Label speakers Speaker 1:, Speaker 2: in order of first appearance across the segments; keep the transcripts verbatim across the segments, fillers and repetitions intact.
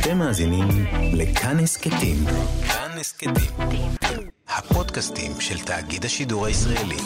Speaker 1: אתם מאזינים לכאן הסקטים. כאן הסקטים. הפודקאסטים של תאגיד השידור הישראלי.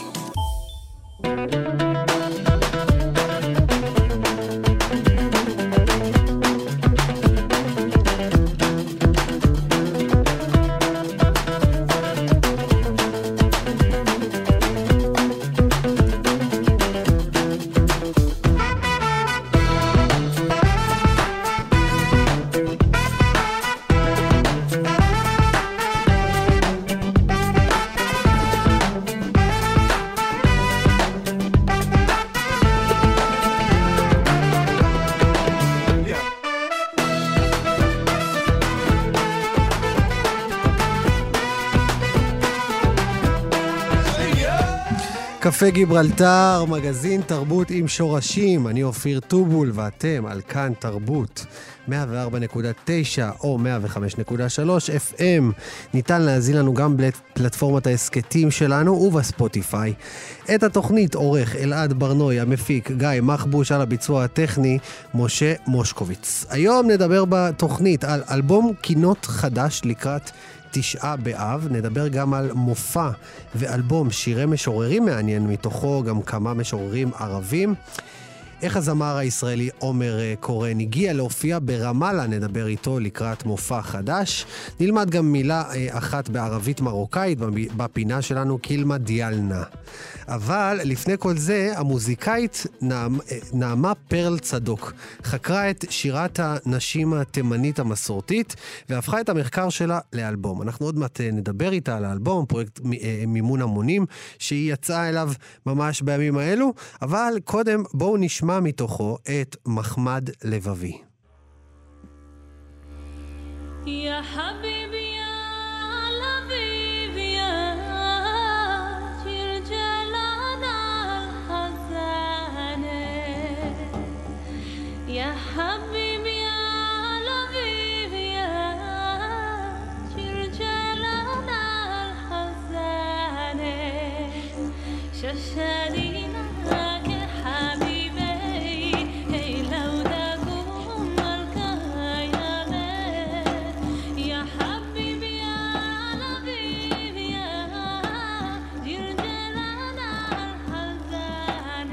Speaker 1: קפה גיברלטר, מגזין תרבות עם שורשים. אני אופיר טובול ואתם על כאן תרבות מאה וארבע נקודה תשע או מאה וחמש נקודה שלוש אף אם. ניתן להזין לנו גם בפלטפורמת ההסקטים שלנו ובספוטיפיי. את התוכנית עורך אלעד ברנוי, המפיק גיא מחבוש, על הביצוע הטכני משה מושקוביץ. היום נדבר בתוכנית על אלבום קינות חדש לקראת תשעה באב. נדבר גם על מופע ואלבום שירי משוררים מעניין, מתוכו גם כמה משוררים ערבים. איך הזמר הישראלי עומר קורן הגיע להופיע ברמאללה, נדבר איתו לקראת מופע חדש. נלמד גם מילה אחת בערבית מרוקאית בפינה שלנו, קילמה דיאלנה. אבל לפני כל זה, המוזיקאית נעמה פרל צדוק חקרה את שירת הנשים התימנית המסורתית והפכה את המחקר שלה לאלבום. אנחנו עוד מעט נדבר איתה על האלבום, פרויקט מימון המונים שהיא יצאה אליו ממש בימים האלו, אבל קודם בואו נשמע מתוכו את מחמד לבבי. יא חביבי يا حبيبي يا لبيبي يا جرجلنا الحزان ششالينا يا حبيبي هي لو دقوم الكايا يا حبيبي يا لبيبي يا جرجلنا الحزان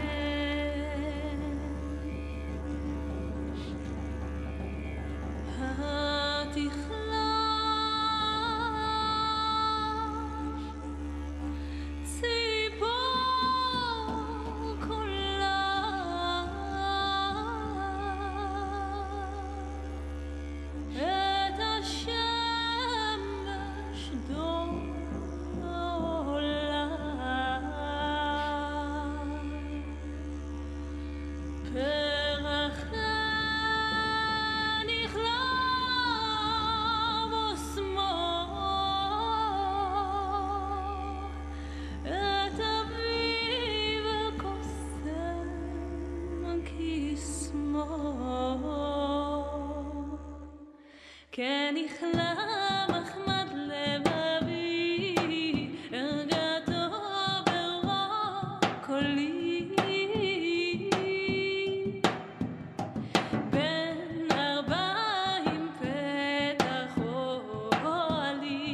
Speaker 1: كان يخلى محمد لبابي رجعته بغاكلي بين أربعين فتحوا لي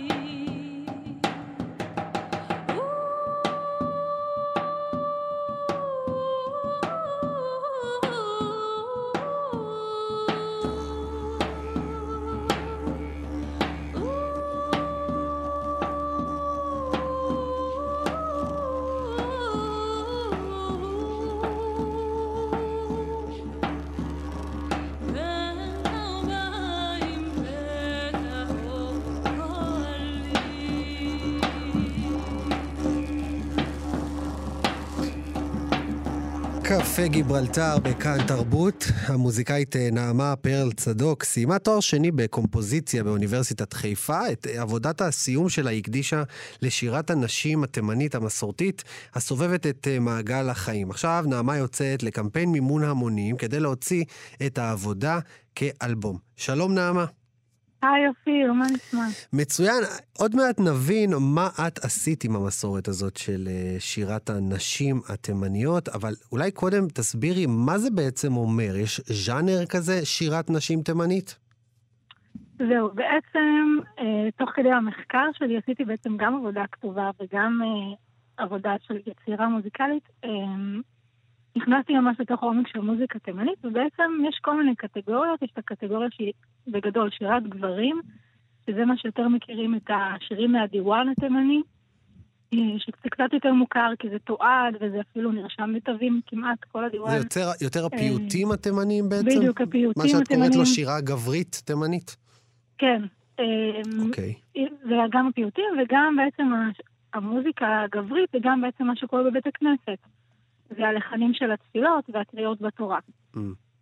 Speaker 1: קפה גיברלטר בכאן תרבות. המוזיקאית נעמה פרל צדוק סיימה תואר שני בקומפוזיציה באוניברסיטת חיפה. את עבודת הסיום שלה הקדישה לשירת הנשים התימנית המסורתית הסובבת את מעגל החיים. עכשיו נעמה יוצאת לקמפיין מימון המונים כדי להוציא את העבודה כאלבום. שלום נעמה.
Speaker 2: היי אופיר, מה נשמע? מצוין. עוד מעט נבין מה את עשית עם המסורת הזאת של שירת הנשים התימניות, אבל אולי קודם תסבירי מה זה בעצם אומר. יש ז'אנר כזה, שירת נשים תימנית?
Speaker 3: זהו, בעצם, אה, תוך כדי המחקר שלי עשיתי בעצם גם עבודה כתובה וגם אה, עבודה של יצירה מוזיקלית. אה, נכנסתי ממש לתוך העומק של מוזיקה תימנית, ובעצם יש כל מיני קטגוריות. יש את הקטגוריה שהיא בגדול שירת גברים, שזה מה שיותר מכירים את השירים מהדיוואן התימני, שזה קצת יותר מוכר, כי זה תועד, וזה אפילו נרשם בתווים כמעט כל הדיוואן.
Speaker 1: זה יותר, יותר הפיוטים התימניים בעצם?
Speaker 3: בדיוק, הפיוטים התימניים.
Speaker 1: מה שאת קוראת לו שירה גברית תימנית?
Speaker 3: כן.
Speaker 1: אוקיי.
Speaker 3: זה גם הפיוטים, וגם בעצם המוזיקה הגברית, וגם בעצם מה שקורה בבית הכנסת. זה הלחנים של התפילות והקריאות בתורה.
Speaker 1: Mm.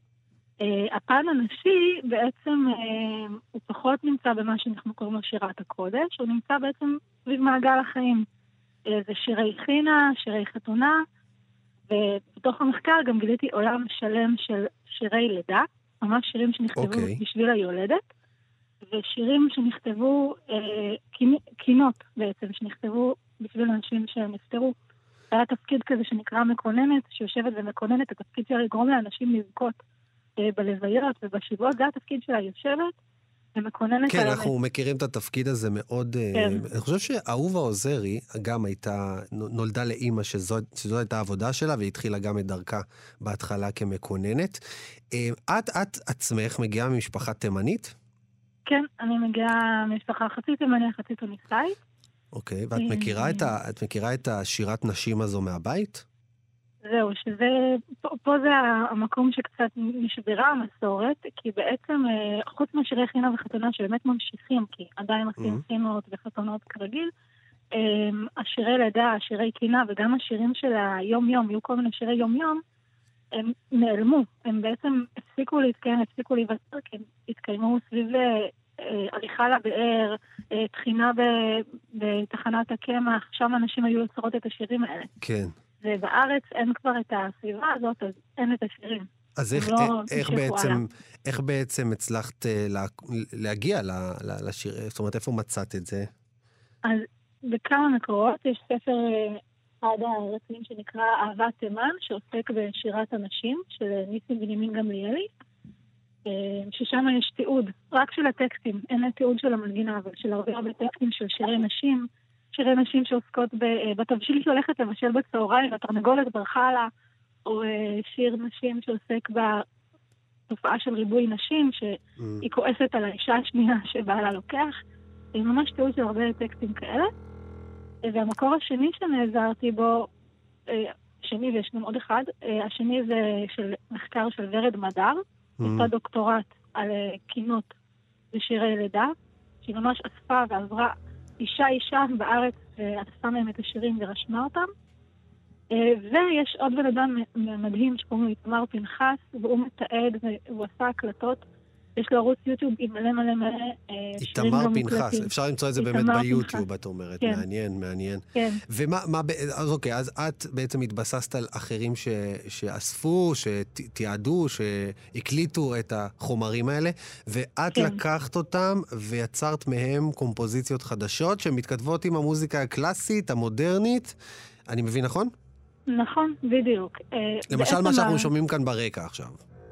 Speaker 3: הפן הנשי בעצם הוא פחות נמצא במה שאנחנו קוראים לו שירת הקודש, הוא נמצא בעצם סביב מעגל החיים. זה שירי חינה, שירי חתונה, ובתוך המחקר גם גיליתי עולם שלם של שירי לידה, ממש שירים שנכתבו okay. בשביל היולדת, ושירים שנכתבו, אה, קינות בעצם, שנכתבו בשביל אנשים שהם נפטרו. היה תפקיד כזה שנקרא מקוננת, שיושבת ומקוננת, התפקיד שלה לגרום לאנשים לבכות אה, בלוויות ובשבועות, זה התפקיד שלה יושבת, ומקוננת...
Speaker 1: כן, אנחנו המת... מכירים את התפקיד הזה מאוד... כן. Uh, אני חושב שאהובה עוזרי גם הייתה, נולדה לאימא שזו, שזו הייתה העבודה שלה, והיא התחילה גם את דרכה בהתחלה כמקוננת. Uh, את, את עצמך מגיעה ממשפחה תימנית?
Speaker 3: כן, אני מגיעה ממשפחה חצי תימניה, חצי טוניסאית.
Speaker 1: אוקיי, ואת מכירה את, ה, את מכירה את השירת נשים הזו מהבית?
Speaker 3: זהו, שזה, פה, פה זה המקום שקצת נשברה המסורת, כי בעצם, חוץ מהשירי חינה וחתונה שבאמת ממשיכים, כי עדיין עושים mm-hmm. חינות וחתונות כרגיל, השירי לידה, השירי קינה וגם השירים של היום-יום, יהיו כל מיני שירי יום-יום, הם נעלמו, הם בעצם הפסיקו להתקיים, הפסיקו להיווצר, כי הם התקיימו סביב עריכה לבאר, תחינה בתחנת הקמח, שם אנשים היו יוצרות את השירים האלה.
Speaker 1: כן.
Speaker 3: ובארץ אין כבר את הסביבה הזאת, אז אין את השירים.
Speaker 1: אז איך, לא איך, בעצם, איך בעצם הצלחת לה, להגיע לשיר? זאת אומרת, איפה מצאת את זה?
Speaker 3: אז בכמה מקורות יש ספר אחד הרצים שנקרא אהבת תימן, שעוסק בשירת הנשים, של ניסים בנימין גמליאלי, ששם יש תיעוד, רק של הטקסטים, אין תיעוד של המנגינה, אבל של הרבה הרבה טקסטים של שירי נשים, שירי נשים שעוסקות בתבשיל שהולכת לבשל בצהריים, והתרנגולת ברחה לה, או שיר נשים שעוסק בתופעה של ריבוי נשים, שהיא כועסת על האישה השנייה שבעלה לוקח. היא ממש תיעוד של הרבה טקסטים כאלה. והמקור השני שנעזרתי בו, שני ויש גם עוד אחד, השני זה של מחקר של ורד מדר, עושה דוקטורט על קינות ושירי לידה, שהיא ממש אספה ועברה אישה אישה בארץ, ואספה מהם את השירים ורשמה אותם. ויש עוד בן אדם מדהים שקוראים לו איתמר פנחס, והוא מתעד והוא עשה הקלטות. יש לו ערוץ יוטיוב עם מלא מלא מלא שירים גם מוקלטים. איתמר פנחס,
Speaker 1: אפשר למצוא את זה באמת ביוטיוב, את אומרת. כן. מעניין, מעניין.
Speaker 3: כן.
Speaker 1: ומה, מה, אז אוקיי, אז את בעצם התבססת על אחרים ש, שאספו, שתיעדו, שהקליטו את החומרים האלה, ואת כן. לקחת אותם ויצרת מהם קומפוזיציות חדשות, שמתכתבות עם המוזיקה הקלאסית, המודרנית. אני מבין, נכון?
Speaker 3: נכון, בדיוק.
Speaker 1: למשל מה שאנחנו שומעים כאן ברקע עכשיו.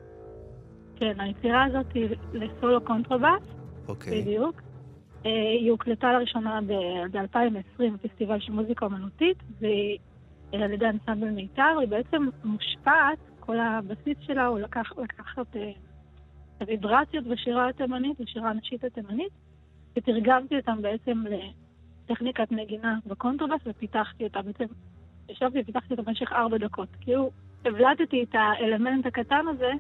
Speaker 3: כן, היצירה הזאת היא לסולו קונטרבאס,
Speaker 1: אוקיי.
Speaker 3: בדיוק. היא הוקלטה לראשונה ב-אלפיים ועשרים בפסטיבל של מוזיקה אומנותית, והיא על ידי אנסמבל מיתר, היא בעצם מושפעת, כל הבסיס שלה הוא לקח, לקחת את הוויברציות בשירה התימנית, בשירה הנשית התימנית, ותרגמתי אותם בעצם לטכניקת נגינה בקונטרבאס, ופיתחתי אותה בעצם, ישבתי ופיתחתי אותה במשך ארבע דקות. כאילו, הבלטתי את האלמנט הקטן הזה,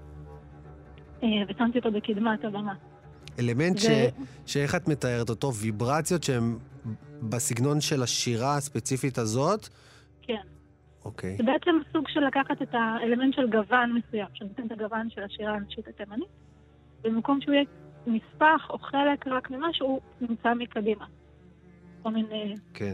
Speaker 3: ושמתי אותו בקדמת הבמה.
Speaker 1: אלמנט ו... ש... שאיך את מתארת אותו? ויברציות שהן בסגנון של השירה הספציפית הזאת?
Speaker 3: כן.
Speaker 1: אוקיי.
Speaker 3: זה בעצם סוג של לקחת את האלמנט של גוון מסוים, שנותן את הגוון של השירה הנשית התימנית, במקום שהוא יהיה נספח או חלק רק ממשהו, נמצא מקדימה. כל מיני...
Speaker 1: כן.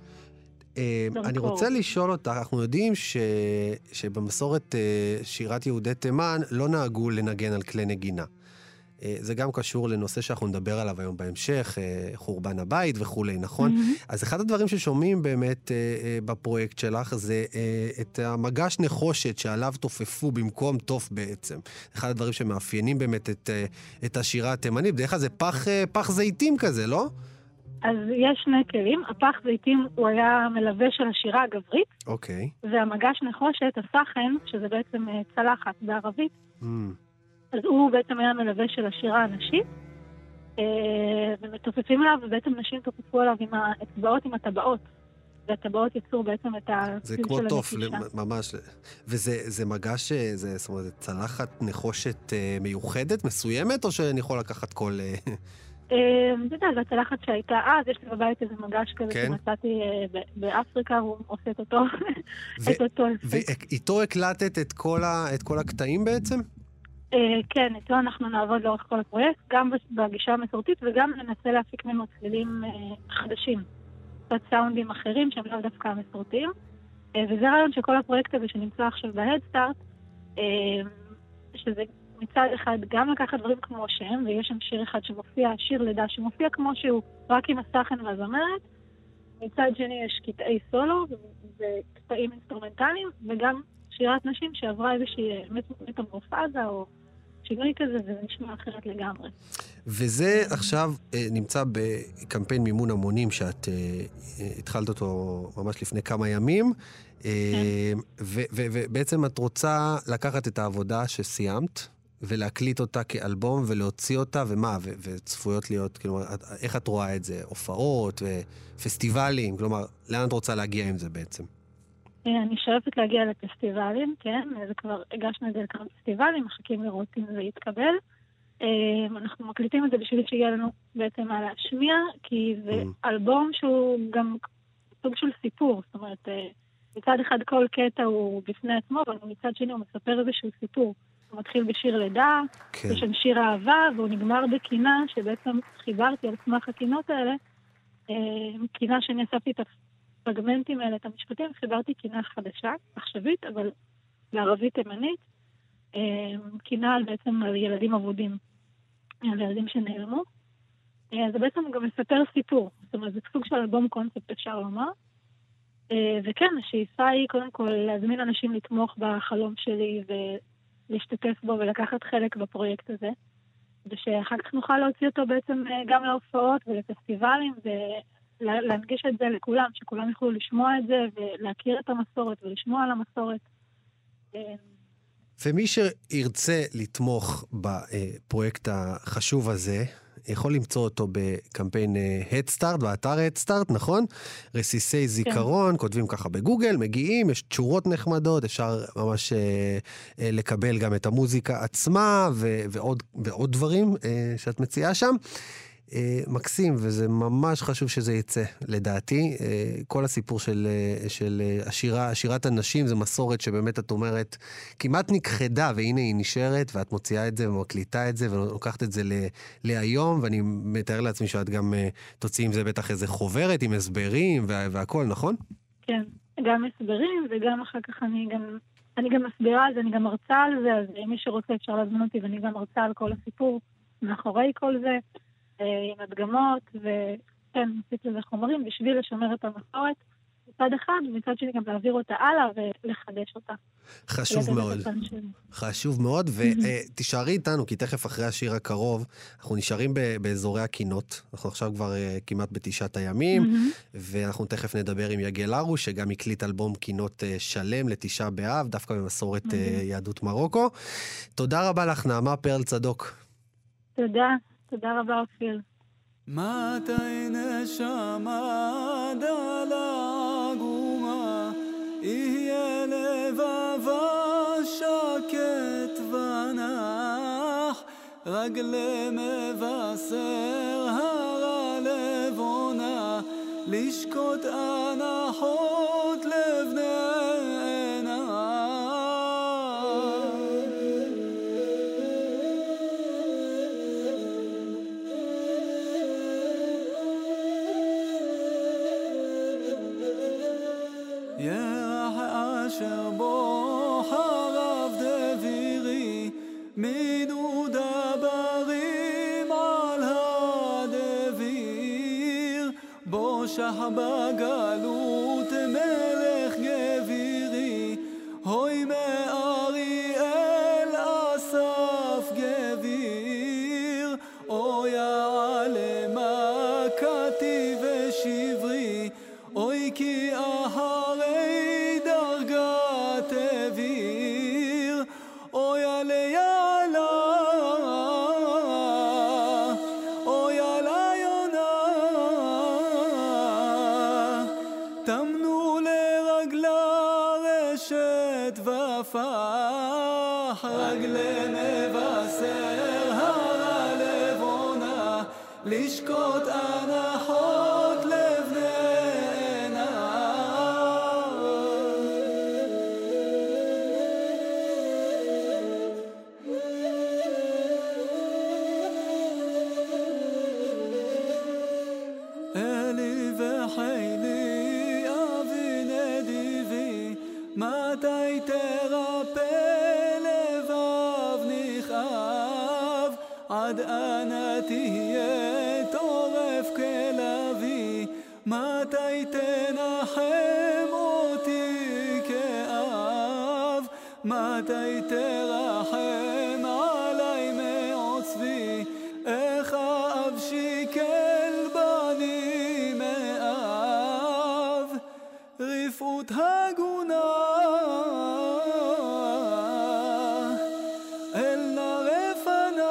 Speaker 1: אני רוצה לשאול אותך, אנחנו יודעים ש... שבמסורת שירת יהודי תימן לא נהגו לנגן על כלי נגינה. זה גם קשור לנושא שאנחנו נדבר עליו היום בהמשך, חורבן הבית וכולי, נכון? Mm-hmm. אז אחד הדברים ששומעים באמת בפרויקט שלך, זה את המגש נחושת שעליו תופפו במקום תוף בעצם. אחד הדברים שמאפיינים באמת את, את השירה התימנית, בדרך כלל זה פח, פח זיתים כזה, לא?
Speaker 3: אז יש שני כלים. הפח זיתים הוא היה מלווה של השירה הגברית.
Speaker 1: אוקיי. Okay.
Speaker 3: והמגש נחושת, הסחן, שזה בעצם צלחת בערבית,
Speaker 1: Mm.
Speaker 3: אז הוא בעצם היה מלווה של השירה הנשית, ומתופפים עליו, ובעצם נשים תופפו עליו עם האצבעות, עם הטבעות. והטבעות יצאו בעצם את הסיום של הנקישה.
Speaker 1: זה כמו תוף, ממש. וזה מגש, זה, זאת אומרת, צלחת נחושת מיוחדת, מסוימת, או שאני יכול לקחת כל...
Speaker 3: אתה יודע, זו הצלחת שהייתה אז, יש לי בבית איזה מגש כזה שמצאתי באפריקה, הוא עושה את אותו.
Speaker 1: ואיתו הקלטת את כל הקטעים בעצם?
Speaker 3: כן, איתו אנחנו נעבוד לאורך כל הפרויקט, גם בגישה המסורתית וגם ננסה להפיק ממנו צלילים חדשים, קצת סאונדים אחרים שהם לאו דווקא המסורתיים, וזה רעיון שכל הפרויקט הזה שנמצא עכשיו בהדסטארט, שזה מצד אחד גם לקחת דברים כמו שהם, ויש שם שיר אחד שמופיע, שיר לידה שמופיע כמו שהוא, רק עם הסחן והזמרת, מצד שני יש קטעי סולו וקטעים אינסטרומנטליים, וגם שירת נשים שעברה איזושהי מטמורפזה או שינוי כזה, זה נשמע אחרת לגמרי.
Speaker 1: וזה עכשיו נמצא בקמפיין מימון המונים שאת התחלת אותו ממש לפני כמה ימים, ובעצם את רוצה לקחת את העבודה שסיימת ולהקליט אותה כאלבום ולהוציא אותה, ומה, וצפויות להיות, כלומר, איך את רואה את זה? הופעות ופסטיבלים, כלומר, לאן את רוצה להגיע עם זה בעצם?
Speaker 3: אני שואפת להגיע לפסטיבלים, כן, זה כבר הגשנו את זה לכמה פסטיבלים, מחכים לראות אם זה יתקבל. אנחנו מקליטים את זה בשביל שיהיה לנו בעצם מה להשמיע, כי זה אלבום שהוא גם סוג של סיפור, זאת אומרת, מצד אחד כל קטע הוא בפני עצמו, אבל מצד שני הוא מספר איזשהו סיפור. הוא מתחיל בשיר לידה, כן. יש שם שיר אהבה, והוא נגמר בקינה, שבעצם חיברתי על סמך הקינות האלה, קינה שאני אספתי את הפרגמנטים האלה, את המשפטים, חיברתי קינה חדשה, עכשווית, אבל בערבית תימנית, קינה על בעצם על ילדים אבודים, על ילדים שנעלמו. זה בעצם גם מספר סיפור, זאת אומרת, זה סוג של אלבום קונספט, אפשר לומר. וכן, השאיפה היא קודם כל להזמין אנשים לתמוך בחלום שלי ולהשתתף בו ולקחת חלק בפרויקט הזה, ושאחר כך נוכל להוציא אותו בעצם גם להופעות ולפסטיבלים ולהנגיש את זה לכולם, שכולם יוכלו לשמוע את זה ולהכיר את המסורת ולשמוע על המסורת.
Speaker 1: ומי שירצה לתמוך בפרויקט החשוב הזה, יכול למצוא אותו בקמפיין הדסטארט, באתר הדסטארט, נכון? רסיסי זיכרון, כן. כותבים ככה בגוגל, מגיעים, יש תשורות נחמדות, אפשר ממש אה, אה, לקבל גם את המוזיקה עצמה, ו- ועוד, ועוד דברים אה, שאת מציעה שם. אה, מקסים, וזה ממש חשוב שזה יצא, לדעתי. אה, כל הסיפור של, אה, של אה, השירה, שירת הנשים, זה מסורת שבאמת את אומרת, כמעט נכחדה, והנה היא נשארת, ואת מוציאה את זה ומקליטה את זה, ולוקחת את זה ל, להיום, ואני מתאר לעצמי שאת גם אה, תוציא עם זה בטח איזה חוברת, עם הסברים וה, והכל, נכון?
Speaker 3: כן, גם הסברים, וגם אחר כך אני גם, אני גם מסבירה על זה, אני גם מרצה על זה, אז מי שרוצה אפשר להזמין אותי, ואני גם מרצה על כל הסיפור, מאחורי כל זה. עם הדגמות, וכן, נוסיף לזה חומרים בשביל לשמר את המסורת מצד אחד, ומצד שני גם להעביר אותה הלאה ולחדש אותה.
Speaker 1: חשוב מאוד. חשוב מאוד, ותישארי איתנו, כי תכף אחרי השיר הקרוב, אנחנו נשארים באזורי הקינות, אנחנו עכשיו כבר כמעט בתשעת הימים, ואנחנו תכף נדבר עם יגל הרוש, שגם הקליט אלבום קינות שלם לתשעה באב, דווקא במסורת יהדות מרוקו. תודה רבה לך, נעמה פרל צדוק.
Speaker 3: תודה. תודה רבה, אופיר.
Speaker 4: מתי נשמה דלגומה, יהיה לבבה שקט ונח, רגלי מבשר הרה לבונה, לשקוט אנחות לבני אשר בו חרב דבירי מדודה ברי נמשך בגלות מלך גבירי, הוי מאריאל אסף גביר, אוי העלמה כתיב ושברי, אוי כי אחרי דרגת אוויר, אוי עלי יעלה, אוי עלי יונה, תמנו לרגלה רשת ופח, רגלי מבשר הרה לבונה, לשקוט הנחות לבני אלי וחילי אבי נדיבי, מתי תרפא לבב נכאב, עד אנה תהיה טורף כלבי, מתי תנחם אותי כאב, מתי תרחם עלי מעוצבי, איך אב שיקל בני מאב, רפאות הגונה אל נרפנה.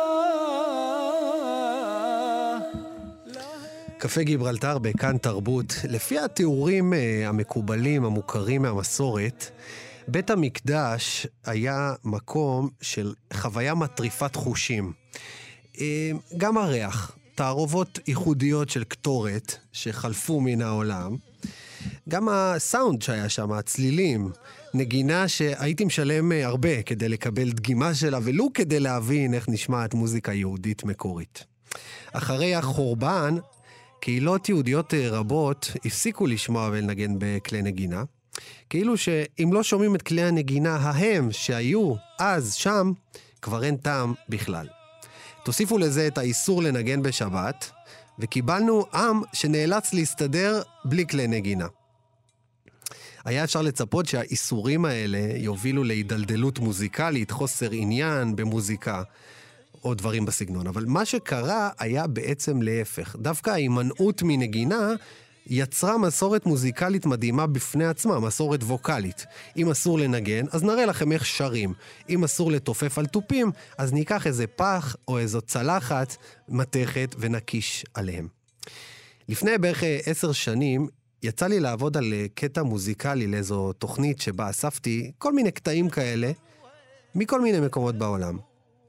Speaker 1: קפה גיברלטר בכאן תרבות. לפי התיאורים המקובלים, המוכרים מהמסורת, בית המקדש היה מקום של חוויה מטריפת חושים. גם הריח, תערובות ייחודיות של קטורת שחלפו מן העולם, גם הסאונד שהיה שם, הצלילים, נגינה שהייתי משלם הרבה כדי לקבל דגימה שלה, ולא כדי להבין איך נשמעת מוזיקה יהודית מקורית. אחרי החורבן, קהילות יהודיות רבות הפסיקו לשמוע ולנגן בכלי נגינה, כאילו שאם לא שומעים את כלי הנגינה ההם שהיו אז שם, כבר אין טעם בכלל. תוסיפו לזה את האיסור לנגן בשבת, וקיבלנו עם שנאלץ להסתדר בלי כלי נגינה. היה אפשר לצפות שהאיסורים האלה יובילו להידלדלות מוזיקלית, חוסר עניין במוזיקה, או דברים בסגנון. אבל מה שקרה היה בעצם להפך. דווקא ההימנעות מנגינה יצרה מסורת מוזיקלית מדהימה בפני עצמה, מסורת ווקלית. אם אסור לנגן, אז נראה לכם איך שרים. אם אסור לתופף על טופים, אז ניקח איזה פח או איזו צלחת מתכת ונקיש עליהם. לפני בערך עשר שנים, יצא לי לעבוד על קטע מוזיקלי לאיזו תוכנית שבה אספתי כל מיני קטעים כאלה, מכל מיני מקומות בעולם.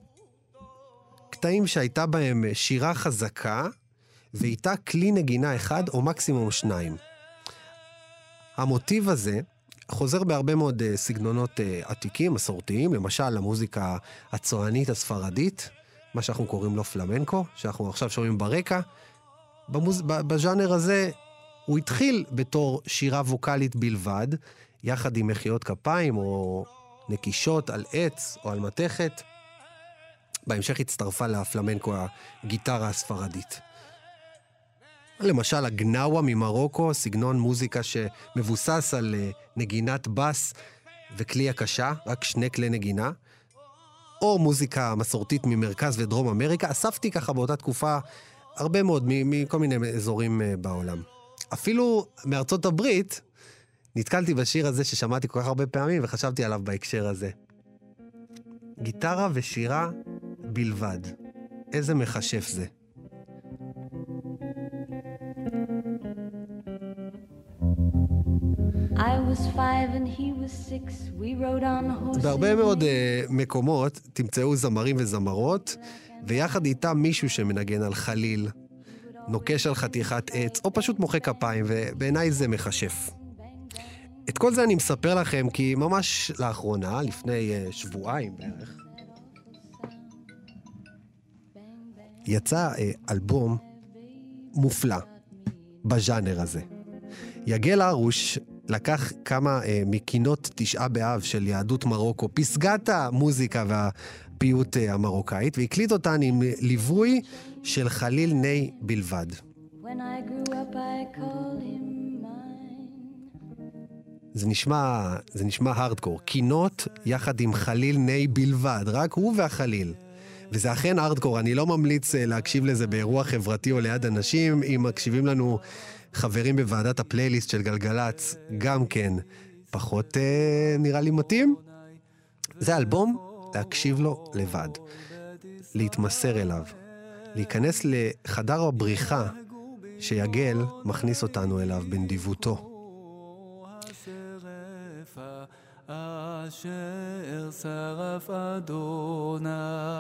Speaker 1: קטעים שהייתה בהם שירה חזקה, ואיתה כלי נגינה אחד או מקסימום שניים. המוטיב הזה חוזר בהרבה מאוד סגנונות עתיקים, מסורתיים, למשל המוזיקה הצוענית הספרדית, מה שאנחנו קוראים לו פלמנקו, שאנחנו עכשיו שומעים ברקע. במוז... בז'אנר הזה הוא התחיל בתור שירה ווקלית בלבד, יחד עם מחיאות כפיים או נקישות על עץ או על מתכת. בהמשך הצטרפה לפלמנקו הגיטרה הספרדית. למשל, הגנאווה ממרוקו, סגנון מוזיקה שמבוסס על נגינת בס וכלי הקשה, רק שני כלי נגינה, או מוזיקה מסורתית ממרכז ודרום אמריקה. אספתי ככה באותה תקופה הרבה מאוד מכל מיני אזורים בעולם. אפילו מארצות הברית נתקלתי בשיר הזה ששמעתי כל כך הרבה פעמים וחשבתי עליו בהקשר הזה. גיטרה ושירה בלבד. איזה מחשף זה. בהרבה מאוד uh, מקומות תמצאו זמרים וזמרות, ויחד איתם מישהו שמנגן על חליל, נוקש על חתיכת עץ, או פשוט מוחא כפיים, ובעיניי זה מחשף. את כל זה אני מספר לכם כי ממש לאחרונה, לפני uh, שבועיים בערך, יצא uh, אלבום מופלא בז'אנר הזה. יגל הרוש לקח כמה אה, מקינות תשעה באב של יהדות מרוקו, פסגת המוזיקה והפיוט אה, המרוקאית, והקליט אותן עם ליווי של חליל ני בלבד.
Speaker 5: When I grew up I called him mine.
Speaker 1: זה נשמע, זה נשמע הארדקור. קינות יחד עם חליל ני בלבד, רק הוא והחליל. וזה אכן הארדקור, אני לא ממליץ להקשיב לזה באירוע חברתי או ליד אנשים, אם מקשיבים לנו חברים בוועדת הפלייליסט של גלגלץ, גם כן פחות אה, נראה לי מתאים. זה אלבום להקשיב לו לבד, להתמסר אליו, להיכנס לחדר הבריחה שיגל מכניס אותנו אליו בנדיבותו.
Speaker 4: אשר שרף אדוני.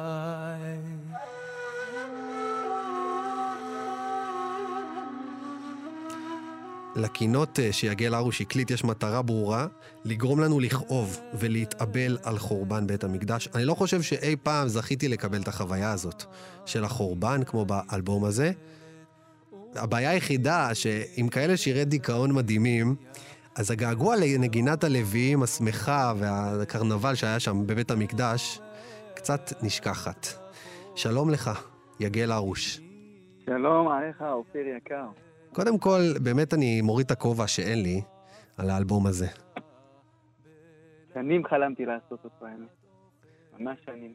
Speaker 1: לקינות שיגל ארוש הקליט יש מטרה ברורה, לגרום לנו לכאוב ולהתאבל על חורבן בית המקדש. אני לא חושב שאי פעם זכיתי לקבל את החוויה הזאת של החורבן כמו באלבום הזה. הבעיה היחידה שעם כאלה שירי דיכאון מדהימים, אז הגעגוע לנגינת הלוויים, השמחה והקרנבל שהיה שם בבית המקדש, קצת נשכחת. שלום לך, יגל ארוש.
Speaker 6: שלום, עליך, אופיר יקר.
Speaker 1: קודם כל, באמת אני מוריד את הכובע שאין לי על האלבום הזה.
Speaker 6: שנים חלמתי לעשות אותו, האמת. ממש שנים.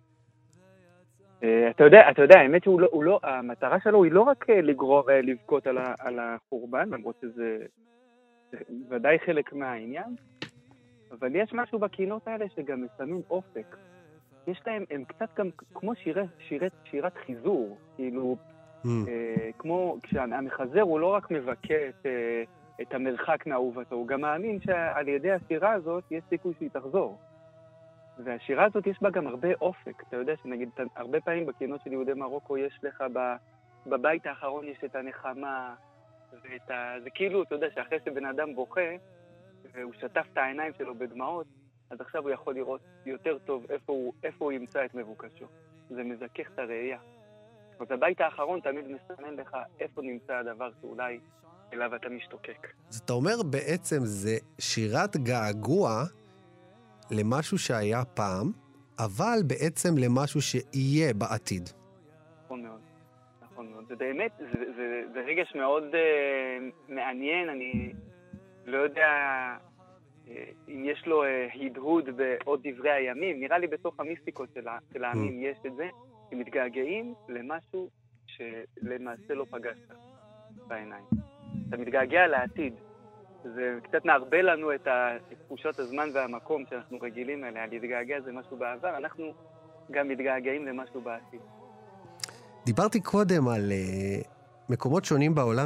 Speaker 6: אתה יודע, אתה יודע, האמת שהוא לא, הוא לא, המטרה שלו היא לא רק לגרום ולבכות על, על החורבן, למרות שזה ודאי חלק מהעניין, אבל יש משהו בקינות האלה שגם מסמים אופק. יש להם, הם קצת גם כמו שירת, שירת, שירת חיזור, כאילו, mm. אה, כמו כשהמחזר הוא לא רק מבכה את, אה, את המרחק מאהובתו, הוא גם מאמין שעל ידי השירה הזאת יש סיכוי שהיא תחזור. והשירה הזאת יש בה גם הרבה אופק. אתה יודע שנגיד, הרבה פעמים בקינות של יהודי מרוקו יש לך בבית האחרון יש את הנחמה, ואת ה... זה כאילו, אתה יודע, שאחרי שבן אדם בוכה, והוא שטף את העיניים שלו בדמעות, אז עכשיו הוא יכול לראות יותר טוב איפה הוא, איפה הוא ימצא את מבוקשו. זה מזכך את הראייה. אז הבית האחרון תמיד מסמן לך איפה נמצא הדבר שאולי אליו אתה משתוקק.
Speaker 1: אז אתה אומר בעצם זה שירת געגוע למשהו שהיה פעם, אבל בעצם למשהו שיהיה בעתיד.
Speaker 6: נכון מאוד. נכון מאוד. זה באמת, זה, זה, זה רגש מאוד uh, מעניין. אני לא יודע uh, אם יש לו uh, הדהוד בעוד דברי הימים. נראה לי בתוך המיסטיקות של, של העמים יש את זה. הם מתגעגעים למשהו שלמעשה לא פגשת בעיניים. אתה מתגעגע לעתיד. זה קצת מערבל לנו את תחושות הזמן והמקום שאנחנו רגילים אליה. להתגעגע זה משהו בעבר, אנחנו גם מתגעגעים למשהו בעתיד.
Speaker 1: דיברתי קודם על uh, מקומות שונים בעולם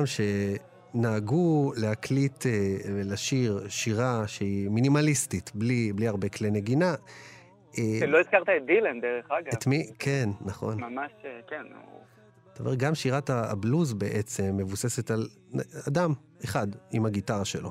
Speaker 1: שנהגו להקליט ולשיר uh, שירה שהיא מינימליסטית, בלי, בלי הרבה כלי נגינה.
Speaker 6: כן, לא הזכרת את דילן דרך אגב.
Speaker 1: את מי? כן, נכון.
Speaker 6: ממש, כן.
Speaker 1: אתה אומר, גם שירת הבלוז בעצם מבוססת על אדם אחד עם הגיטרה שלו.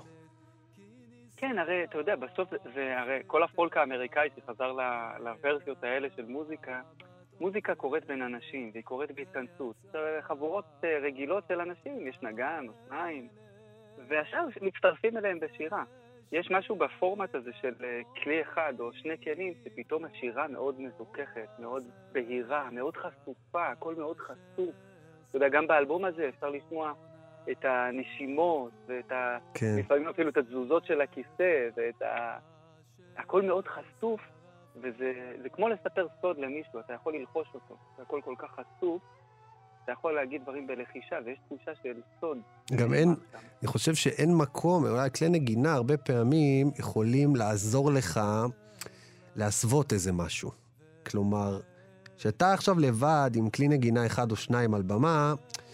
Speaker 6: כן, הרי, אתה יודע, בסוף זה הרי כל הפולק האמריקאי שחזר לוורסיות האלה של מוזיקה, מוזיקה קורית בין אנשים, והיא קורית בהתכנסות. חבורות רגילות של אנשים, יש נגן או שניים, והשאר מצטרפים אליהם בשירה. יש משהו בפורמט הזה של כלי אחד או שני כלים, שפתאום השירה מאוד מזוככת, מאוד בהירה, מאוד חשופה, הכל מאוד חשוף. אתה יודע, גם באלבום הזה אפשר לשמוע את הנשימות, ואת ה...
Speaker 1: כן.
Speaker 6: לפעמים אפילו את התזוזות של הכיסא, ואת ה... הכל מאוד חשוף, וזה זה כמו לספר סוד למישהו, אתה יכול ללחוש אותו, הכל כל כך חשוף, אתה יכול להגיד דברים בלחישה, ויש תחושה של סוד.
Speaker 1: גם אין, אני חושב שאין מקום, אולי כלי נגינה הרבה פעמים יכולים לעזור לך להסוות איזה משהו. כלומר, שאתה עכשיו לבד עם כלי נגינה אחד או שניים על במה,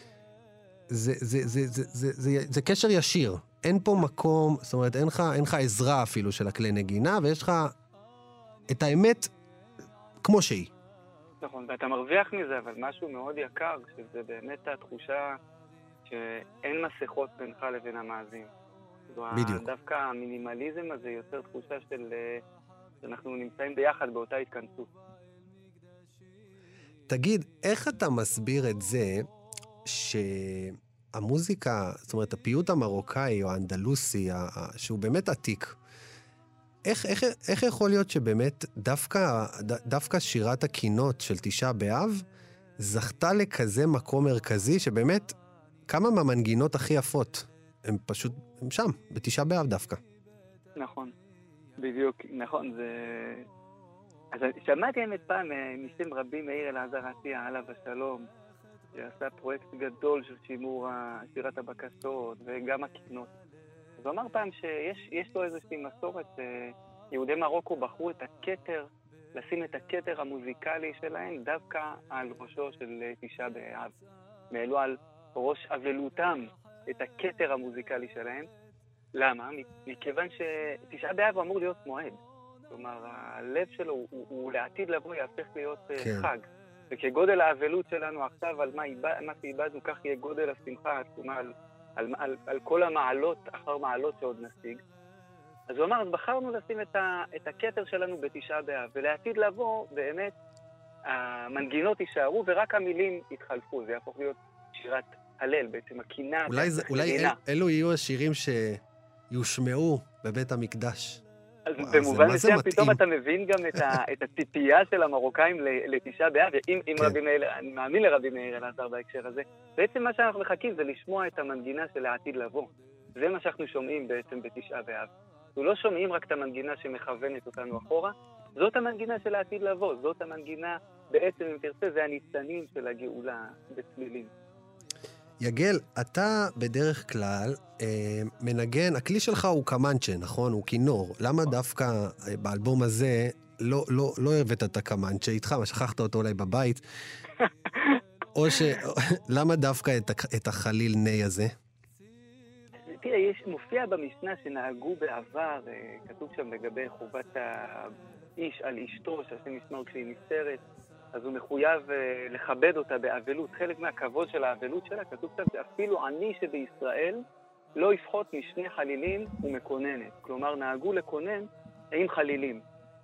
Speaker 1: זה, זה, זה, זה, זה, זה, זה, זה קשר ישיר. אין פה מקום, זאת אומרת, אין לך, אין לך עזרה אפילו של הכלי נגינה, ויש לך את האמת כמו שהיא.
Speaker 6: נכון, ואתה מרוויח מזה, אבל משהו מאוד יקר, שזה באמת התחושה שאין מסכות בינך לבין המאזין.
Speaker 1: בדיוק.
Speaker 6: דווקא המינימליזם הזה יוצר תחושה של שאנחנו נמצאים ביחד באותה התכנסות.
Speaker 1: תגיד, איך אתה מסביר את זה שהמוזיקה, זאת אומרת, הפיוט המרוקאי או האנדלוסי, שהוא באמת עתיק, איך, איך, איך יכול להיות שבאמת דווקא, דווקא שירת הקינות של תשעה באב זכתה לכזה מקום מרכזי שבאמת כמה מהמנגינות הכי יפות, הם פשוט, הם שם, בתשעה באב דווקא.
Speaker 6: נכון, בדיוק, נכון, זה... אז שמעתי האמת פעם ניסים רבים, מאיר אלעזר עטיה, עליו השלום, שעשה פרויקט גדול של שימור שירת הבקשות וגם הכינות. אז הוא אמר פעם שיש לו איזושהי מסורת, יהודי מרוקו בחרו את הכתר, לשים את הכתר המוזיקלי שלהם דווקא על ראשו של תשעה באב. מעלו על ראש אבלותם את הכתר המוזיקלי שלהם. למה? מכיוון שתשעה באב הוא אמור להיות מועד. כלומר, הלב שלו הוא, הוא, הוא לעתיד לבוא יהפך להיות כן. חג. וכגודל האבלות שלנו עכשיו על מה, איבד, מה שאיבדנו, כך יהיה גודל השמחה, כלומר, על, על, על, על כל המעלות, אחר מעלות שעוד נשיג. אז הוא אמר, אז בחרנו לשים את, ה, את הכתר שלנו בתשעה באב, ולעתיד לבוא, באמת, המנגינות יישארו, ורק המילים יתחלפו. זה יהפוך להיות שירת הלל, בעצם הקינה.
Speaker 1: אולי, זה, אולי אל, אלו יהיו השירים שיושמעו בבית המקדש.
Speaker 6: אז וואו, במובן מסוים פתאום אתה מבין גם את, ה, את הציפייה של המרוקאים לתשעה באב, ואם כן. רבי מאיר, אני מאמין לרבי מאיר אלעזר בהקשר הזה, בעצם מה שאנחנו מחכים זה לשמוע את המנגינה של העתיד לבוא. זה מה שאנחנו שומעים בעצם בתשעה באב. אנחנו לא שומעים רק את המנגינה שמכוונת אותנו אחורה, זאת המנגינה של העתיד לבוא, זאת המנגינה בעצם, אם תרצה, זה הניצנים של הגאולה בצלילים.
Speaker 1: יגל, אתה בדרך כלל אה, מנגן, הכלי שלך הוא קמנצ'ה, נכון? הוא כינור. למה דווקא אה, באלבום הזה לא, לא, לא הבאת את הקמנצ'ה איתך, מה שכחת אותו אולי בבית? או ש... למה דווקא את, את החליל ני הזה?
Speaker 6: תראה, יש מופיע במשנה שנהגו בעבר, אה, כתוב שם לגבי חובת האיש על אשתו, שהשם ישמור כשהיא נפטרת, אז הוא מחויב uh, לכבד אותה באבלות. חלק מהכבוד של האבלות שלה, כתוב שם שאפילו עני שבישראל לא יפחות משני חלילים ומקוננת. כלומר, נהגו לקונן עם חלילים.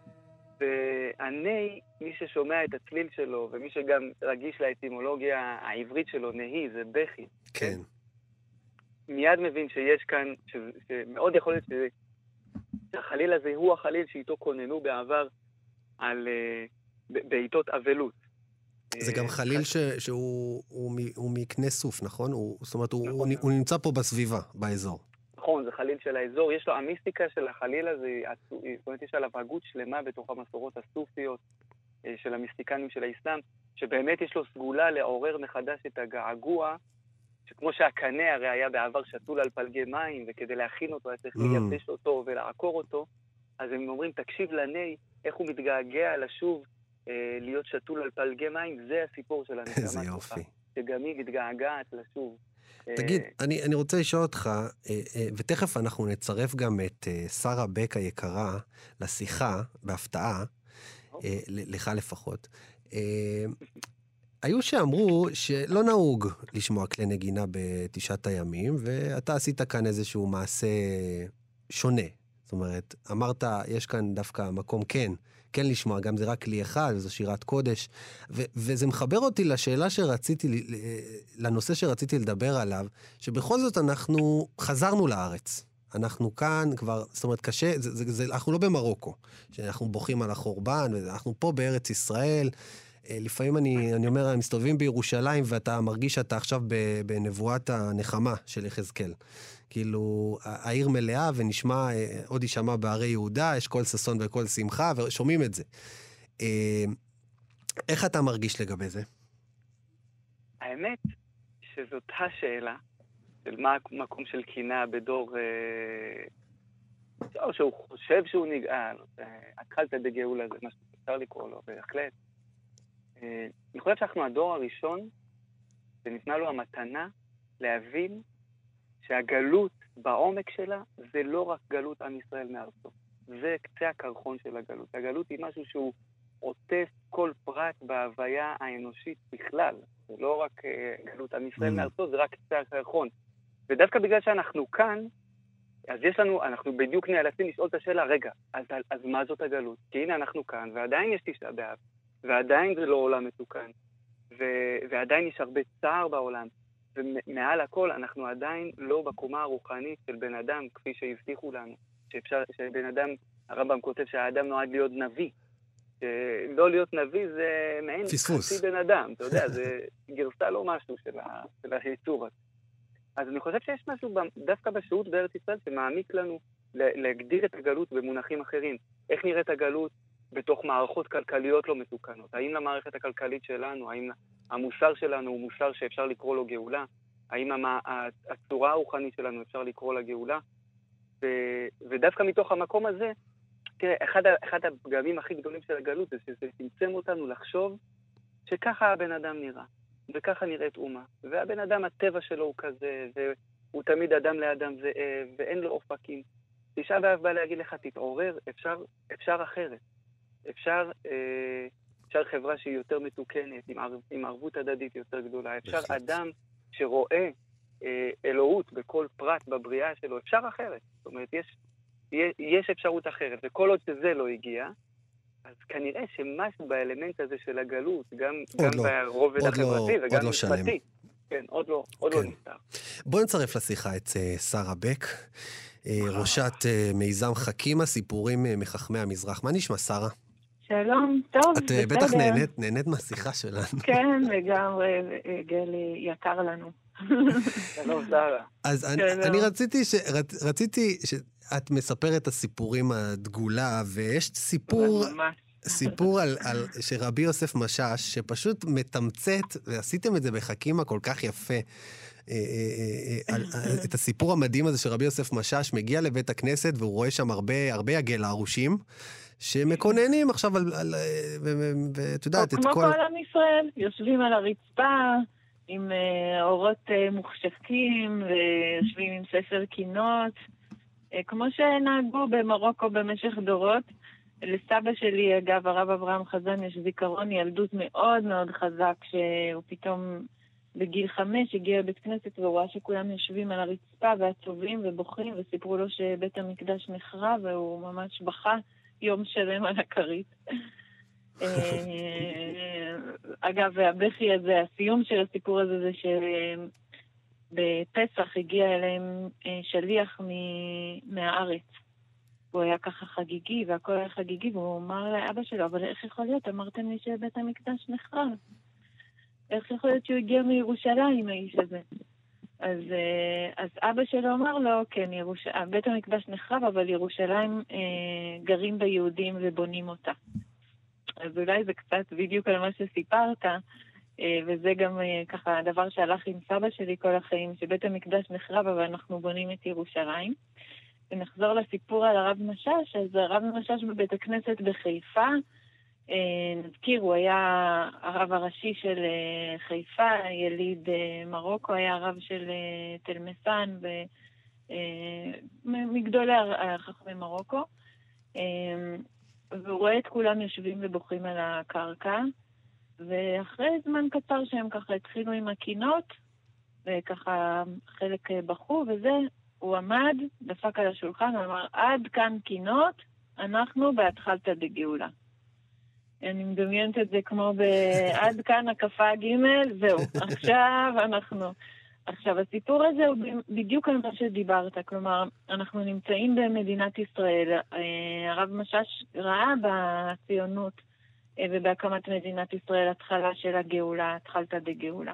Speaker 6: ועני, מי ששומע את הצליל שלו, ומי שגם רגיש לאטימולוגיה העברית שלו, נהי, זה בכי.
Speaker 1: כן.
Speaker 6: מיד מבין שיש כאן, ש... שמאוד יכול להיות שזה, שהחליל הזה הוא החליל שאיתו קוננו בעבר על... Uh, בעיתות אבלות.
Speaker 1: זה גם חליל ש, שהוא הוא, הוא מקנה סוף, נכון? הוא, זאת אומרת, הוא, הוא, הוא נמצא פה בסביבה, באזור.
Speaker 6: נכון, זה חליל של האזור. יש לו, המיסטיקה של החליל הזה, זאת אומרת, יש עליו הגות שלמה בתוך המסורות הסופיות של המיסטיקנים של האסלאם, שבאמת יש לו סגולה לעורר מחדש את הגעגוע, שכמו שהקנה הרי היה בעבר שתול על פלגי מים, וכדי להכין אותו, היה צריך לייבש אותו ולעקור אותו, אז הם אומרים, תקשיב לני, איך הוא מתגעגע לשוב, להיות שתול על פלגי מים, זה הסיפור של הנשמה.
Speaker 1: איזה יופי.
Speaker 6: שגם היא מתגעגעת לשוב.
Speaker 1: תגיד, אני, אני רוצה לשאול אותך, ותכף אנחנו נצרף גם את שרה בק היקרה לשיחה, בהפתעה, לך לפחות. היו שאמרו שלא נהוג לשמוע כלי נגינה בתשעת הימים, ואתה עשית כאן איזשהו מעשה שונה. זאת אומרת, אמרת, יש כאן דווקא מקום כן, כן לשמוע, גם זה רק כלי אחד, וזו שירת קודש, ו- וזה מחבר אותי לשאלה שרציתי, לנושא שרציתי לדבר עליו, שבכל זאת אנחנו חזרנו לארץ. אנחנו כאן כבר, זאת אומרת, קשה, זה, זה, זה, אנחנו לא במרוקו, שאנחנו בוכים על החורבן, אנחנו פה בארץ ישראל, לפעמים אני, אני אומר, הם מסתובבים בירושלים, ואתה מרגיש שאתה עכשיו בנבואת הנחמה של יחזקאל. כאילו, העיר מלאה ונשמע, עוד יישמע בערי יהודה, יש כל ששון וכל שמחה, ושומעים את זה. איך אתה מרגיש לגבי זה?
Speaker 6: האמת שזאת השאלה, של מה המקום של קינה בדור, או שהוא חושב שהוא נגאל, התחלת בגאולה, זה מה שאפשר לקרוא לו, בהחלט. אני חושב שאנחנו הדור הראשון, וניתנה לו המתנה להבין שהגלות בעומק שלה זה לא רק גלות עם ישראל מארצו. זה קצה הקרחון של הגלות. הגלות היא משהו שהוא עוטף כל פרט בהוויה האנושית בכלל. זה לא רק uh, גלות עם ישראל מארצו, זה רק קצה הקרחון. ודווקא בגלל שאנחנו כאן, אז יש לנו, אנחנו בדיוק נאלצים לשאול את השאלה, רגע, אז, אז מה זאת הגלות? כי הנה אנחנו כאן, ועדיין יש תשעה באב, ועדיין זה לא עולם מתוקן, ו- ועדיין יש הרבה צער בעולם. ומעל הכל אנחנו עדיין לא בקומה הרוחנית של בן אדם, כפי שהבטיחו לנו. שאפשר, שבן אדם, הרמב"ם כותב שהאדם נועד להיות נביא. שלא להיות נביא זה מעין
Speaker 1: פספוס.
Speaker 6: חצי בן אדם, אתה יודע, זה גרסה לא משהו של, ה, של היצור. אז אני חושב שיש משהו דווקא בשהות בארץ ישראל שמעמיק לנו להגדיר את הגלות במונחים אחרים. איך נראית הגלות בתוך מערכות כלכליות לא מתוקנות? האם למערכת הכלכלית שלנו, האם המוסר שלנו הוא מוסר שאפשר לקרוא לו גאולה? האם הצורה הרוחנית שלנו אפשר לקרוא לה גאולה? ו, ודווקא מתוך המקום הזה, תראה, אחד, אחד הפגמים הכי גדולים של הגלות זה שזה צמצם אותנו לחשוב שככה הבן אדם נראה, וככה נראית אומה. והבן אדם, הטבע שלו הוא כזה, והוא תמיד אדם לאדם זאב, ואין לו אופקים. תשעה באב בא להגיד לך, תתעורר, אפשר, אפשר אחרת. אפשר, אה, אפשר חברה שהיא יותר מתוקנת, עם, ערב, עם ערבות הדדית יותר גדולה. אפשר בחית. אדם שרואה אה, אלוהות בכל פרט בבריאה שלו, אפשר אחרת. זאת אומרת, יש, יש אפשרות אחרת, וכל עוד שזה לא הגיע, אז כנראה שמשהו באלמנט הזה של הגלות, גם, גם
Speaker 1: לא,
Speaker 6: ברובד החברתי
Speaker 1: לא,
Speaker 6: וגם
Speaker 1: לא
Speaker 6: משפטי, כן, עוד לא, עוד כן. לא נפתר.
Speaker 1: בואו נצרף לשיחה את uh, שרה בק, uh, ראשת uh, מיזם חכימה, סיפורים uh, מחכמי המזרח. מה נשמע, שרה?
Speaker 3: שלום, טוב,
Speaker 1: את בסדר. את בטח נהנית, נהנית מהשיחה שלנו.
Speaker 3: כן, לגמרי, גלי, יקר לנו.
Speaker 6: שלום, שרה.
Speaker 1: אז אני, אני רציתי, ש, רצ, רציתי שאת מספרת את הסיפורים הדגולה, ויש סיפור... סיפור על, על שרבי יוסף משאש, שפשוט מתמצת, ועשיתם את זה בחכימה כל כך יפה, על, את הסיפור המדהים הזה שרבי יוסף משאש מגיע לבית הכנסת, והוא רואה שם הרבה, הרבה יגל ערושים, שמקוננים עכשיו על, על ואת יודעת, את כל...
Speaker 3: כמו כל עם ישראל, יושבים על הרצפה, עם אורות מוחשכים, ויושבים עם ספר קינות, כמו שנהגו במרוקו במשך דורות. לסבא שלי, אגב, הרב אברהם חזן, יש זיכרון ילדות מאוד מאוד חזק, שהוא פתאום בגיל חמש הגיע לבית כנסת והוא ראה שכולם יושבים על הרצפה ועצובים ובוכים, וסיפרו לו שבית המקדש נחרב, והוא ממש בכה יום שלם על הכרית. אגב, הבכי הזה, הסיום של הסיפור הזה זה שבפסח הגיע אליהם שליח מהארץ. הוא היה ככה חגיגי, והכל היה חגיגי, והוא אמר לאבא שלו, אבל איך יכול להיות? אמרתם לי שבית המקדש נחרב. איך יכול להיות שהוא הגיע מירושלים, האיש הזה? אז, אז אבא שלו אמר לו, כן, ירוש... בית המקדש נחרב, אבל ירושלים אה, גרים ביהודים ובונים אותה. אז אולי זה קצת בדיוק על מה שסיפרת, אה, וזה גם אה, ככה הדבר שהלך עם סבא שלי כל החיים, שבית המקדש נחרב, אבל אנחנו בונים את ירושלים. ונחזור לסיפור על הרב משאש, אז הרב משאש בבית הכנסת בחיפה, נזכיר, הוא היה הרב הראשי של חיפה, יליד מרוקו, היה הרב של תלמסן, מגדולי חכמי מרוקו, והוא רואה את כולם יושבים ובוכים על הקרקע, ואחרי זמן קצר שהם ככה התחילו עם הקינות, וככה חלק בחו וזה, הוא עמד, דפק על השולחן, ואמר, עד כאן קינות, אנחנו בהתחלתא דגאולה. אני מדמיינת את זה כמו בעד כאן הקפה ג' זהו, עכשיו אנחנו... עכשיו, הסיפור הזה הוא בדיוק על מה שדיברת, כלומר, אנחנו נמצאים במדינת ישראל, הרב משאש ראה בציונות ובהקמת מדינת ישראל התחלה של הגאולה, התחלתא דגאולה.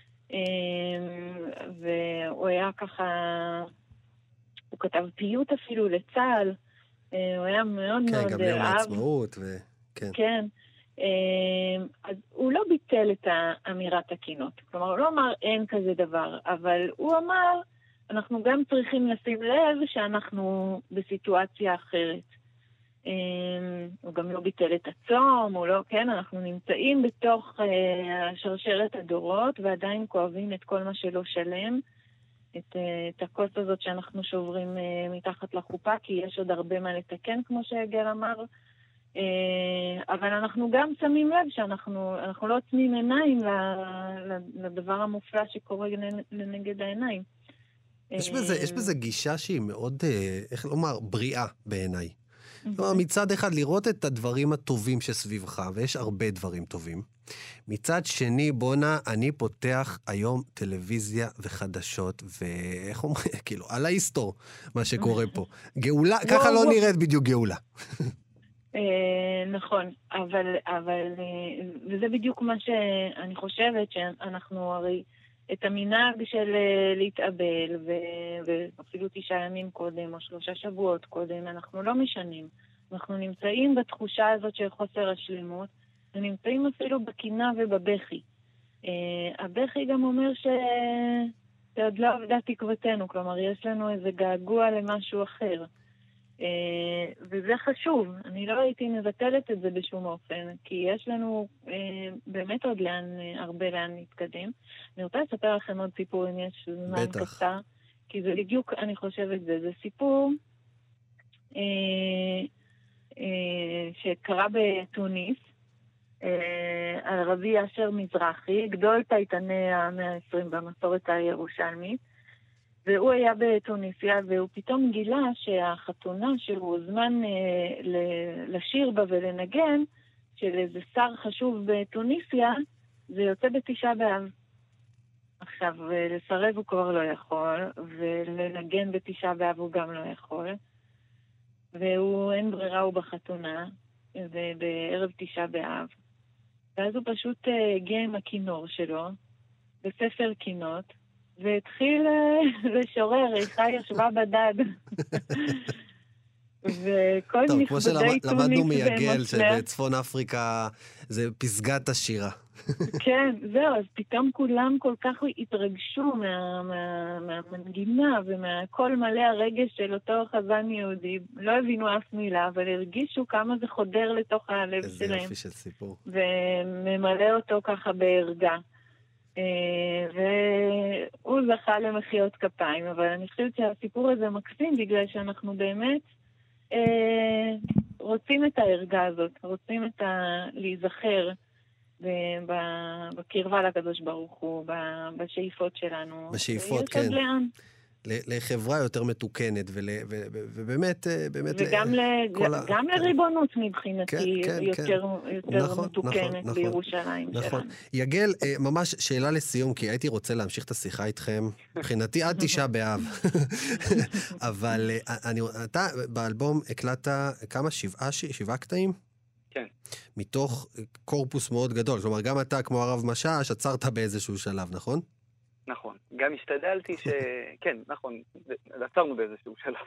Speaker 3: והוא היה ככה... הוא כתב פיוט אפילו לצה"ל, הוא היה מאוד
Speaker 1: כן,
Speaker 3: מאוד...
Speaker 1: כן, גם ליום העצמאות, ו... כן.
Speaker 3: כן. אז הוא לא ביטל את האמירת הקינות. כלומר, הוא לא אמר אין כזה דבר, אבל הוא אמר, אנחנו גם צריכים לשים לב שאנחנו בסיטואציה אחרת. הוא גם לא ביטל את הצום, הוא לא, כן, אנחנו נמצאים בתוך שרשרת הדורות, ועדיין כואבים את כל מה שלא שלם. את, את הכוס הזאת שאנחנו שוברים מתחת לחופה, כי יש עוד הרבה מה לתקן, כמו שהגל אמר. אבל אנחנו גם שמים לב שאנחנו אנחנו לא עוצמים עיניים לדבר המופלא שקורה לנגד העיניים.
Speaker 1: יש בזה, יש בזה גישה שהיא מאוד, איך לומר, בריאה בעיניי. כלומר, מצד אחד לראות את הדברים הטובים שסביבך, ויש הרבה דברים טובים. מצד שני, בונה, אני פותח היום טלוויזיה וחדשות, ואיך אומרים, כאילו, על ההיסטור, מה שקורה פה. גאולה, ככה לא נראית בדיוק גאולה.
Speaker 3: נכון, אבל, אבל, וזה בדיוק מה שאני חושבת, שאנחנו הרי את המנהג של להתאבל, ואפילו תשעה ימים קודם, או שלושה שבועות קודם, אנחנו לא משנים. אנחנו נמצאים בתחושה הזאת של חוסר השלמות, ונמצאים אפילו בקינה ובבכי. הבכי גם אומר ש... שעוד לא עבדה תקוותנו, כלומר, יש לנו איזה געגוע למשהו אחר. וזה חשוב, אני לא הייתי מבטלת את זה בשום אופן, כי יש לנו באמת עוד לאן, הרבה לאן להתקדם. אני רוצה לספר לכם עוד סיפור, אם יש זמן קצר, כי זה בדיוק, אני חושבת זה, זה סיפור שקרה בתוניס, על רבי אשר מזרחי, גדול פייטני המאה ה-עשרים במסורת הירושלמית, והוא היה בתוניסיה, והוא פתאום גילה שהחתונה שהוא זמן לשיר בה ולנגן, של איזה שר חשוב בתוניסיה, זה יוצא בתשעה באב. עכשיו, לסרב הוא כבר לא יכול, ולנגן בתשעה באב הוא גם לא יכול, והוא אין ברירה הוא בחתונה, ובערב תשעה באב. ואז הוא פשוט הגיע עם הכינור שלו, בספר קינות, והתחיל לשורר, איכה ישבה בדד. וכל
Speaker 1: טוב, כמו שלמדנו מיגל,
Speaker 3: ומסלח.
Speaker 1: שבצפון אפריקה זה פסגת השירה.
Speaker 3: כן, זהו, אז פתאום כולם כל כך התרגשו מה, מה, מהמנגינה ומהכל מלא הרגש של אותו חזן יהודי. לא הבינו אף מילה, אבל הרגישו כמה זה חודר לתוך הלב
Speaker 1: איזה
Speaker 3: שלהם.
Speaker 1: איזה יופי של סיפור.
Speaker 3: וממלא אותו ככה בהרגע. והוא זכה למחיאות כפיים, אבל אני חושבת שהסיפור הזה מקסים בגלל שאנחנו באמת רוצים את ההרגע הזאת, רוצים את ה... להיזכר בקרבה לקדוש ברוך הוא, בשאיפות שלנו.
Speaker 1: בשאיפות, כן. לחברה יותר מתוקנת, ובאמת, באמת...
Speaker 3: וגם לריבונות מבחינתי יותר מתוקנת בירושלים שלנו.
Speaker 1: נכון. יגל, ממש שאלה לסיום, כי הייתי רוצה להמשיך את השיחה איתכם, מבחינתי עד תשעה באב. אבל אתה באלבום הקלטת כמה? שבעה, שבעה קטעים?
Speaker 6: כן.
Speaker 1: מתוך קורפוס מאוד גדול. כלומר, גם אתה, כמו הרב משש, עצרת באיזשהו שלב, נכון?
Speaker 6: נכון. גם השתדלתי ש... כן, נכון. עצרנו באיזשהו שלב.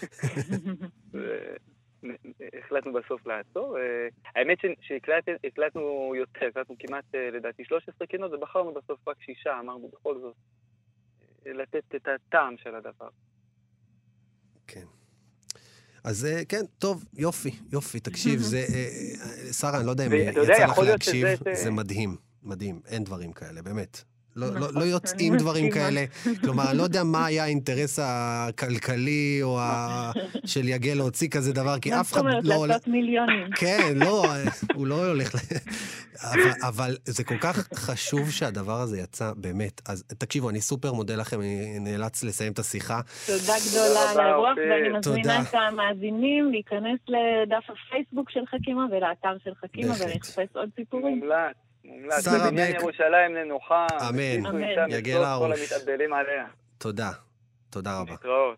Speaker 6: החלטנו בסוף לעצור. האמת שהקלטנו יותר, הקלטנו כמעט, לדעתי, שלוש עשרה קינות, ובחרנו בסוף רק שישה, אמרנו בכל זאת, לתת את הטעם של הדבר.
Speaker 1: כן. אז כן, טוב, יופי, יופי, תקשיב, זה, שרה, אני לא יודע אם יצא לך להקשיב, זה מדהים, מדהים, אין דברים כאלה, באמת. לא יוצאים דברים כאלה, כלומר, אני לא יודע מה היה האינטרס הכלכלי או של יגל להוציא כזה דבר, כי אף אחד לא...
Speaker 3: זאת אומרת, לעשות מיליונים.
Speaker 1: כן, לא, הוא לא הולך... אבל זה כל כך חשוב שהדבר הזה יצא, באמת. אז תקשיבו, אני סופר מודה לכם, אני נאלץ לסיים את השיחה.
Speaker 3: תודה גדולה על האירוח, ואני מזמינה את המאזינים להיכנס לדף הפייסבוק של חכימה ולאתר של חכימה, ולחפש עוד סיפורים.
Speaker 6: מומלץ. מומלץ, בבניין ירושלים לנוחה.
Speaker 1: אמן, יגל הארוש.
Speaker 6: כל המתאבלים עליה.
Speaker 1: תודה, תודה רבה.
Speaker 6: להתראות.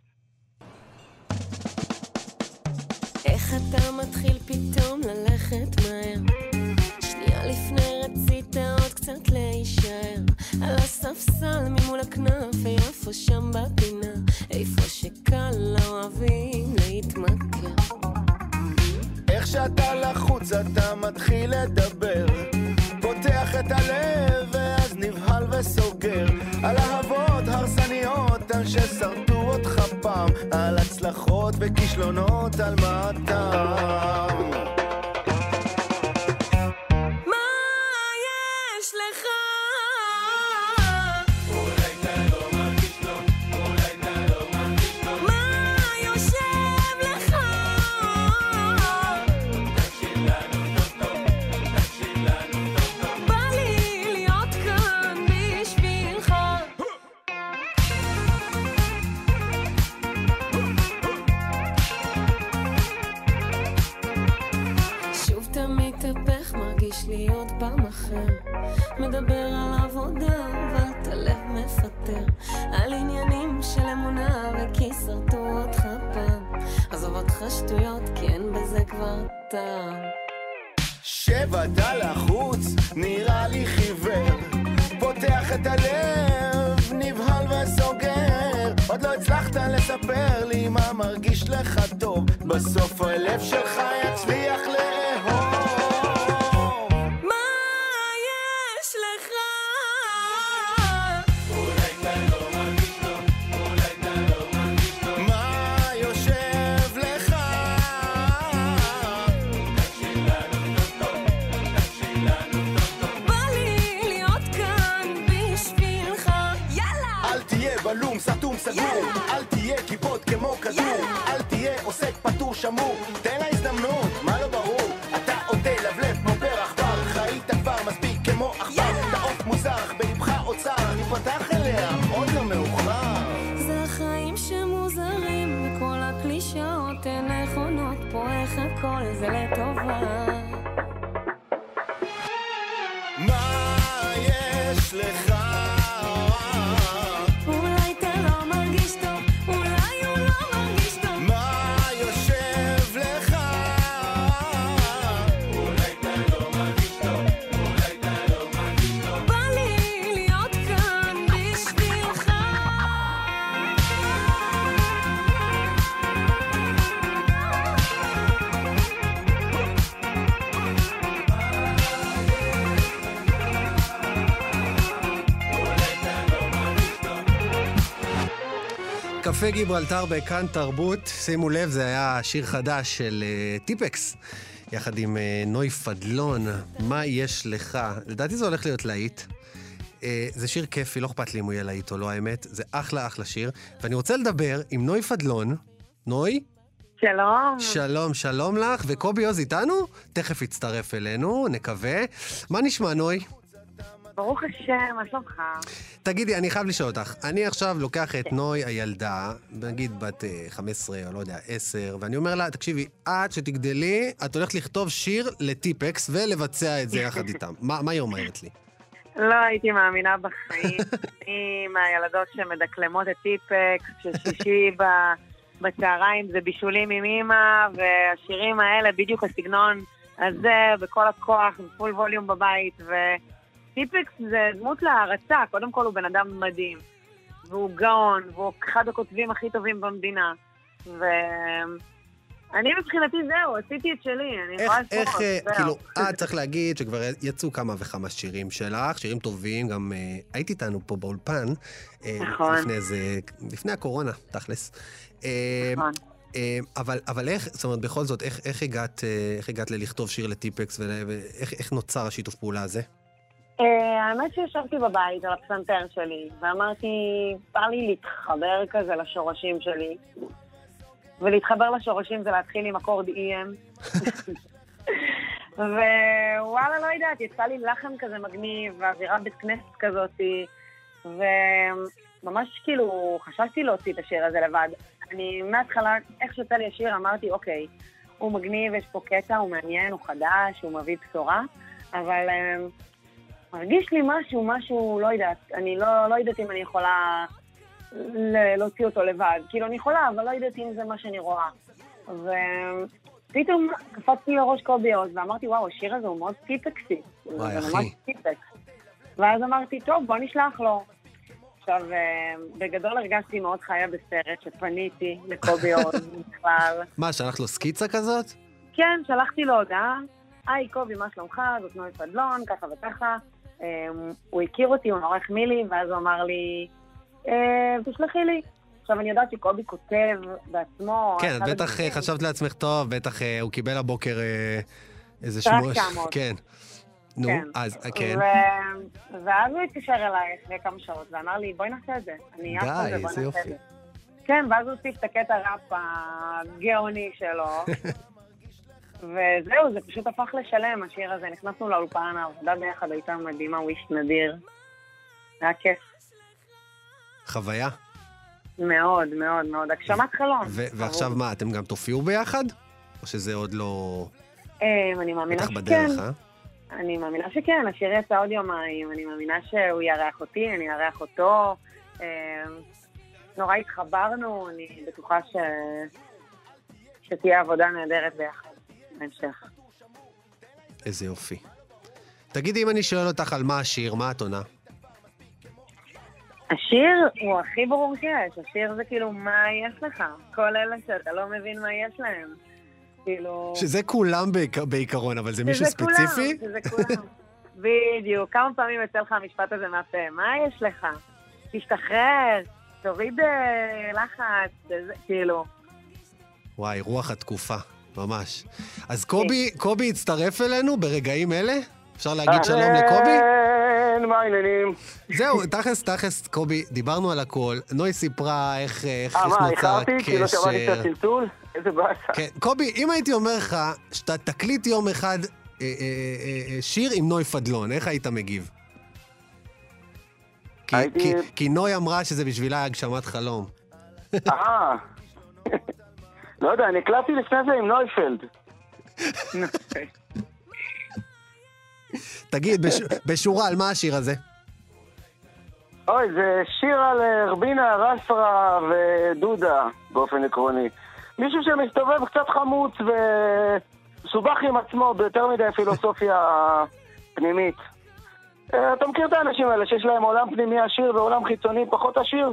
Speaker 7: איך אתה מתחיל פתאום ללכת מהר? שנייה לפני רצית עוד קצת להישאר על הספסל ממול הכנף, איפה שם בפינה, איפה שקל לאוהבים להתמכר.
Speaker 8: איך שאתה לחוץ אתה מתחיל לדבר, פותח את הלב ואז נבהל וסוגר על אהבות הרסניות, על ששרטו אותך פעם, על הצלחות וכישלונות, על מה אתה
Speaker 7: להיות פעם אחר, מדבר על עבודה אבל את הלב מפטר, על עניינים של אמונה וכי שרטו אותך פעם, עזוב אותך שטויות כי אין בזה כבר טעם.
Speaker 8: שבעת על החוץ נראה לי חיוור, פותח את הלב וסוגר. עוד לא הצלחת לספר לי מה מרגיש לך טוב, בסוף הלב שלך יצליח לאהוב. אל תהיה כיפות כמו כדור, אל תהיה עוסק פטור שמור, תן לה הזדמנות, מה לא ברור, אתה עוד תלבלב כמו פרח בר, חיית כבר מספיק כמו עכבר, אתה עוף מוזרח בלבך אוצר, נפתח אליה, עוד לא מאוחר.
Speaker 7: זה החיים שמוזרים, וכל הקלישאות הן נכונות, פה איך הכל זה לטובה.
Speaker 8: מה יש לך?
Speaker 1: קפה גיברלטר בכאן תרבות. שימו לב, זה היה שיר חדש של uh, טיפקס, יחד עם uh, נוי פדלון, מה יש לך? לדעתי זה הולך להיות להיט. Uh, זה שיר כיפי, לא אכפת לי אם הוא יהיה להיט או לא, האמת. זה אחלה אחלה שיר. ואני רוצה לדבר עם נוי פדלון. נוי?
Speaker 9: שלום.
Speaker 1: שלום, שלום לך. וקובי עוז איתנו? תכף יצטרף אלינו, נקווה. מה נשמע, נוי?
Speaker 9: ברוך השם, מה שלומך?
Speaker 1: תגידי, אני חייב לשאול אותך. אני עכשיו לוקח את נוי הילדה, נגיד בת חמש עשרה או לא יודע, עשר, ואני אומר לה, תקשיבי, את שתגדלי, את הולכת לכתוב שיר לטיפקס ולבצע את זה יחד איתם. מה, מה היא אומרת לי?
Speaker 9: לא הייתי מאמינה בחיים. אני מהילדות שמדקלמות את טיפקס, ששישי בצהריים זה בישולים עם אמא, והשירים האלה בדיוק הסגנון הזה, בכל הכוח, עם פול ווליום בבית, ו... טיפקס זה דמות להערצה, קודם כל הוא בן אדם מדהים, והוא גאון, והוא אחד הכותבים הכי טובים במדינה, ואני מבחינתי זהו, עשיתי את שלי, אני יכולה לשמור,
Speaker 1: איך, כאילו, את צריך להגיד שכבר יצאו כמה וכמה שירים שלך, שירים טובים, גם הייתי איתנו פה באולפן,
Speaker 9: נכון.
Speaker 1: לפני זה, לפני הקורונה, תכלס.
Speaker 9: נכון.
Speaker 1: אבל, אבל איך, זאת אומרת, בכל זאת, איך, איך הגעת, איך הגעת ללכתוב שיר לטיפקס, ואיך, איך נוצר השיתוף פעולה הזה?
Speaker 9: האמת שישבתי בבית על הפסנתר שלי, ואמרתי, בא לי להתחבר כזה לשורשים שלי, ולהתחבר לשורשים זה להתחיל עם אקורד אי אם, ווואלה, לא יודעת, יצא לי לחם כזה מגניב, ואווירה בית כנסת כזאת, וממש כאילו חשבתי להוציא את השיר הזה לבד. אני מההתחלה, איך שיצא לי השיר, אמרתי, אוקיי, הוא מגניב, יש פה קטע, הוא מעניין, הוא חדש, הוא מביא בשורה, אבל... מרגיש לי משהו, משהו, לא יודעת, אני לא, לא יודעת אם אני יכולה להוציא אותו לבד. כאילו, אני יכולה, אבל לא יודעת אם זה מה שאני רואה. ופתאום קפצתי לראש קובי עוז, ואמרתי, וואו, השיר הזה הוא מאוד טיפקסי.
Speaker 1: וואי, אחי.
Speaker 9: ואז אמרתי, טוב, בוא נשלח לו. עכשיו, בגדול הרגשתי מאוד חיה בסרט, שפניתי לקובי עוז בכלל.
Speaker 1: מה, שלחת לו סקיצה כזאת?
Speaker 9: כן, שלחתי לו הודעה. היי, קובי, מה שלומך? זאת נוי פדלון, ככה וככה. הוא הכיר אותי, הוא נורא החמיא לי, ואז הוא אמר לי, תשלחי לי. עכשיו, אני יודעת שקובי כותב בעצמו...
Speaker 1: כן, בטח חשבת לעצמך טוב, בטח הוא קיבל הבוקר איזה שמוש... כן. נו, אז, כן.
Speaker 9: ואז הוא התקשר אלייך לכמה שעות, ואמר לי, בואי נעשה את זה. אני אף פעם זה, בואי נעשה את זה. כן, ואז הוא הוסיף את הקטע ראפ הגאוני שלו. וזהו, זה פשוט הפך לשלם, השיר הזה. נכנסנו לאולפן, העבודה ביחד הייתה מדהימה, הוא איש נדיר. היה כיף.
Speaker 1: חוויה?
Speaker 9: מאוד, מאוד, מאוד. הגשמת חלום.
Speaker 1: ועכשיו מה, אתם גם תופיעו ביחד? או שזה עוד לא...
Speaker 9: אני מאמינה שכן.
Speaker 1: בטח בדרך, אה?
Speaker 9: אני מאמינה שכן, השיר יצא עוד יומיים. אני מאמינה שהוא יארח אותי, אני אארח אותו. נורא התחברנו, אני בטוחה ש... שתהיה עבודה נהדרת ביחד. בהמשך.
Speaker 1: איזה יופי. תגידי, אם אני שואל אותך על מה השיר, מה את עונה?
Speaker 9: השיר הוא הכי ברור שיש. השיר זה כאילו, מה יש לך? כל אלה שאתה לא מבין מה יש להם. כאילו...
Speaker 1: שזה כולם בעיקרון, אבל זה מישהו ספציפי?
Speaker 9: שזה כולם. בדיוק. כמה פעמים יצא לך המשפט הזה מהפה? מה יש לך? תשתחרר, תוריד לחץ, כאילו.
Speaker 1: וואי, רוח התקופה, ממש. אז קובי, קובי הצטרף אלינו ברגעים אלה? אפשר להגיד שלום לקובי?
Speaker 10: כן, מה העניינים?
Speaker 1: זהו, תכלס, תכלס, קובי, דיברנו על הכל. נוי סיפרה איך נוצר הקשר.
Speaker 10: אה, מה, איחרתי? כי לא שמעתי את הצלצול? איזה באסה.
Speaker 1: כן, קובי, אם הייתי אומר לך שאתה תקליט יום אחד אה, אה, אה, שיר עם נוי פדלון, איך היית מגיב? כי, הייתי... כי, כי נוי אמרה שזה בשבילה הגשמת חלום.
Speaker 10: אה, לא יודע, אני הקלטתי לפני זה עם נויפלד.
Speaker 1: תגיד, בש... בשורה, על מה השיר הזה?
Speaker 10: אוי, זה שיר על רבינה, רסרה ודודה, באופן עקרוני. מישהו שמסתובב קצת חמוץ וסובח עם עצמו ביותר מדי פילוסופיה פנימית. אתה מכיר את האנשים האלה שיש להם עולם פנימי עשיר ועולם חיצוני פחות עשיר?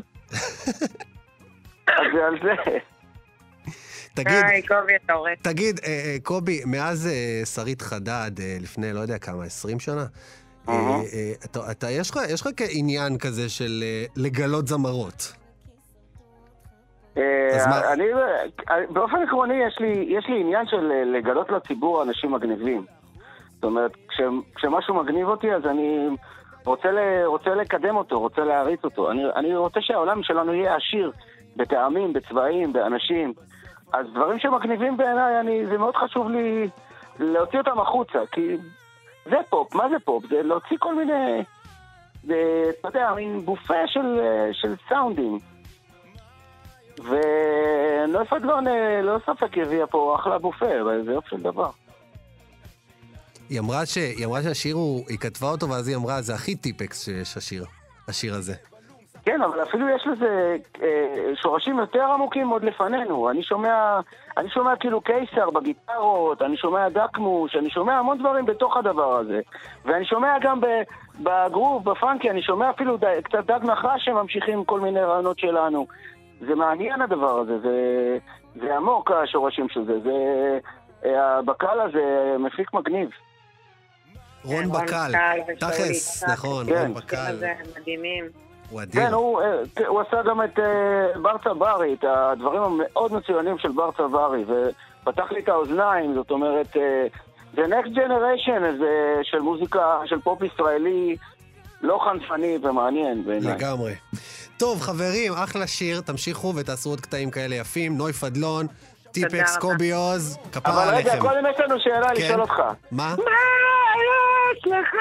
Speaker 10: אז זה על זה.
Speaker 1: תגיד,
Speaker 9: היי, קובי, אתה הורג.
Speaker 1: תגיד, קובי, מאז שרית חדד, לפני, לא יודע כמה, עשרים שנה, אתה, יש לך, יש לך עניין כזה של לגלות זמרות?
Speaker 10: אני, באופן עקרוני, יש לי, יש לי עניין של לגלות לציבור אנשים מגניבים. זאת אומרת, כשמשהו מגניב אותי, אז אני רוצה, רוצה לקדם אותו, רוצה להריץ אותו. אני, אני רוצה שהעולם שלנו יהיה עשיר, בטעמים, בצבעים, באנשים. אז דברים שמגניבים בעיניי, אני, זה מאוד חשוב לי להוציא אותם החוצה, כי זה פופ, מה זה פופ? זה להוציא כל מיני, זה, אתה יודע, מין בופה של, של סאונדים. ונוי פדלון, לא ספק הביאה פה אחלה בופה, אבל זה יופי של דבר.
Speaker 1: היא אמרה, ש... היא אמרה שהשיר הוא, היא כתבה אותו, ואז היא אמרה, זה הכי טיפקס שיש השיר, השיר הזה.
Speaker 10: כן, אבל אפילו יש לזה אה, שורשים יותר עמוקים עוד לפנינו. אני שומע, אני שומע כאילו קיסר בגיטרות, אני שומע דקמוש, אני שומע המון דברים בתוך הדבר הזה. ואני שומע גם בגרוב, בפאנקי, אני שומע אפילו ד... קצת דג נחש שממשיכים כל מיני רעיונות שלנו. זה מעניין הדבר הזה, זה, זה עמוק השורשים של זה, זה הבקל הזה מפיק מגניב.
Speaker 1: רון בקל, תכס, נכון, רון בקל.
Speaker 9: מדהימים.
Speaker 10: כן, הוא, הוא עשה גם את בר צברי, את הדברים המאוד מצוינים של בר צברי, ופתח לי את האוזניים, זאת אומרת, זה next generation הזה של מוזיקה, של פופ ישראלי, לא חנפני ומעניין בעיניי.
Speaker 1: לגמרי. טוב, חברים, אחלה שיר, תמשיכו ותעשו עוד קטעים כאלה יפים, נוי פדלון, טיפקס, קובי עוז, כפרה עליכם.
Speaker 10: אבל רגע, קודם יש לנו שאלה לשאול אותך.
Speaker 1: מה?
Speaker 9: מה יש לך?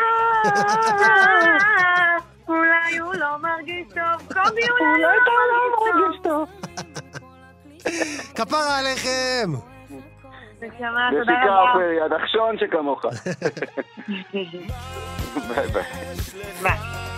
Speaker 9: אולי הוא לא מרגיש טוב, קובי אולי לא מרגיש טוב.
Speaker 1: כפרה עליכם!
Speaker 9: נשמה, תודה רבה.
Speaker 10: זה הנחשון שכמוך. ביי ביי.
Speaker 9: ביי.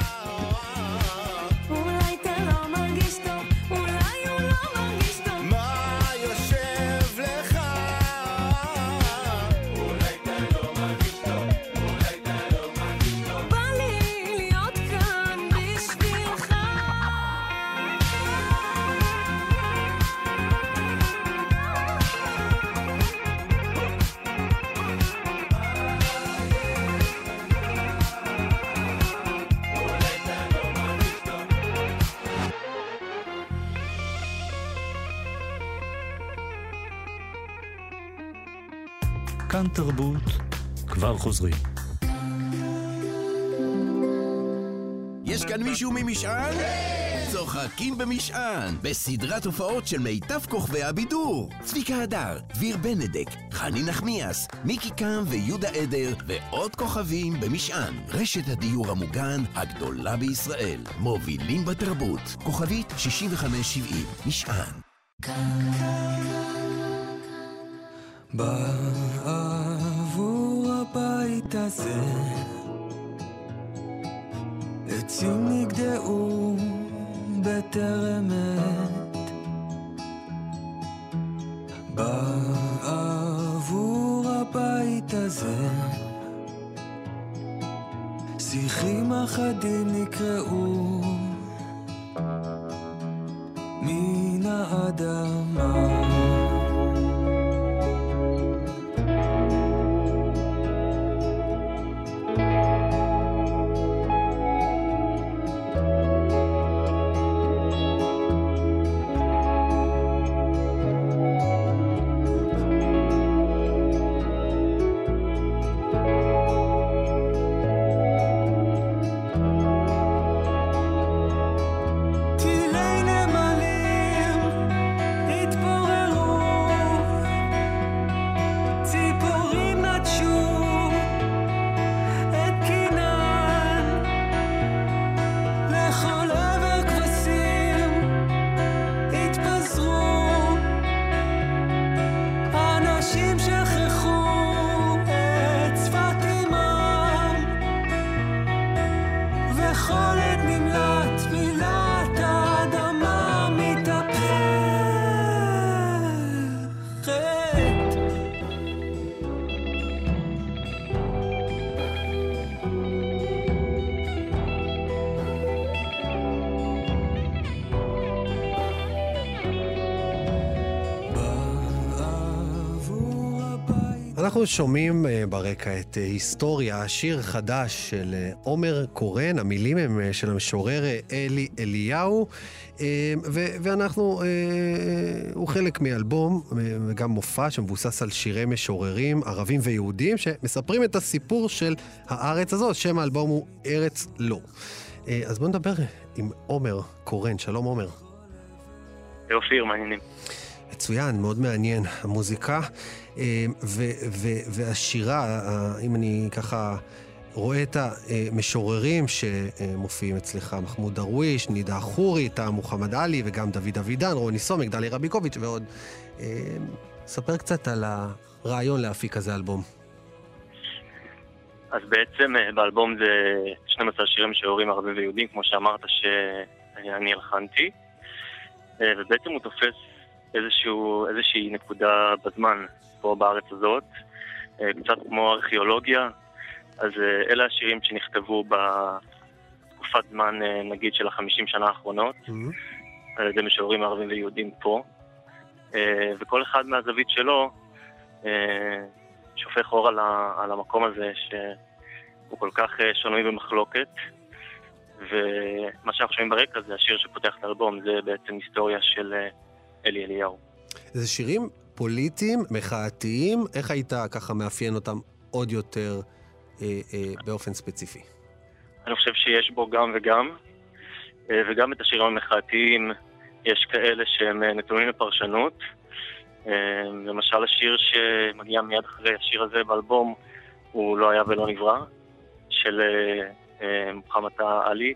Speaker 11: כאן תרבות, כבר חוזרים.
Speaker 12: יש כאן מישהו ממשען? צוחקים במשען, בסדרת הופעות של מיטב כוכבי הבידור. צביקה הדר, דביר בנדק, חני נחמיאס, מיקי קם ויהודה עדר, ועוד כוכבים במשען. רשת הדיור המוגן הגדולה בישראל. מובילים בתרבות. כוכבית שישים וחמש שבעים. משען.
Speaker 4: בעבור הבית הזה עצים נגדעו בטרם עת, בעבור הבית הזה שיחים אחדים נקראו האדמה.
Speaker 1: אנחנו שומעים ברקע את היסטוריה, שיר חדש של עומר קורן, המילים הם של המשורר אלי אליהו, ואנחנו, הוא חלק מאלבום וגם מופע שמבוסס על שירי משוררים ערבים ויהודים שמספרים את הסיפור של הארץ הזאת. שם האלבום הוא ארץ לא. אז בואו נדבר עם עומר קורן. שלום עומר.
Speaker 13: אופיר, מעניינים.
Speaker 1: מצוין, מאוד מעניין. המוזיקה ו- ו- והשירה, אם אני ככה רואה את המשוררים שמופיעים אצלך, מחמוד דרוויש, נידה חורי, טעם מוחמד עלי וגם דוד אבידן, רוני סומק, דלי רביקוביץ' ועוד. ספר קצת על הרעיון להפיק כזה אלבום.
Speaker 13: אז בעצם באלבום זה שנים עשר שירים משוררים ערבים ויהודים, כמו שאמרת שאני הלחנתי, ובעצם הוא תופס איזשהו, איזושהי נקודה בזמן פה בארץ הזאת, קצת כמו ארכיאולוגיה. אז אלה השירים שנכתבו בתקופת זמן, נגיד, של החמישים שנה האחרונות, mm-hmm. על ידי משוררים ערבים ויהודים פה, וכל אחד מהזווית שלו שופך אור על, ה, על המקום הזה שהוא כל כך שונוי במחלוקת, ומה שאנחנו שומעים ברקע זה השיר שפותח את האלבום, זה בעצם היסטוריה של אלי אליהו.
Speaker 1: זה שירים פוליטיים, מחאתיים, איך היית ככה מאפיין אותם עוד יותר אה, אה, באופן ספציפי?
Speaker 13: אני חושב שיש בו גם וגם, אה, וגם את השירים המחאתיים יש כאלה שהם נתונים לפרשנות. אה, למשל השיר שמגיע מיד אחרי השיר הזה באלבום, הוא לא היה ולא נברא, של אה, אה, מוחמד עלי,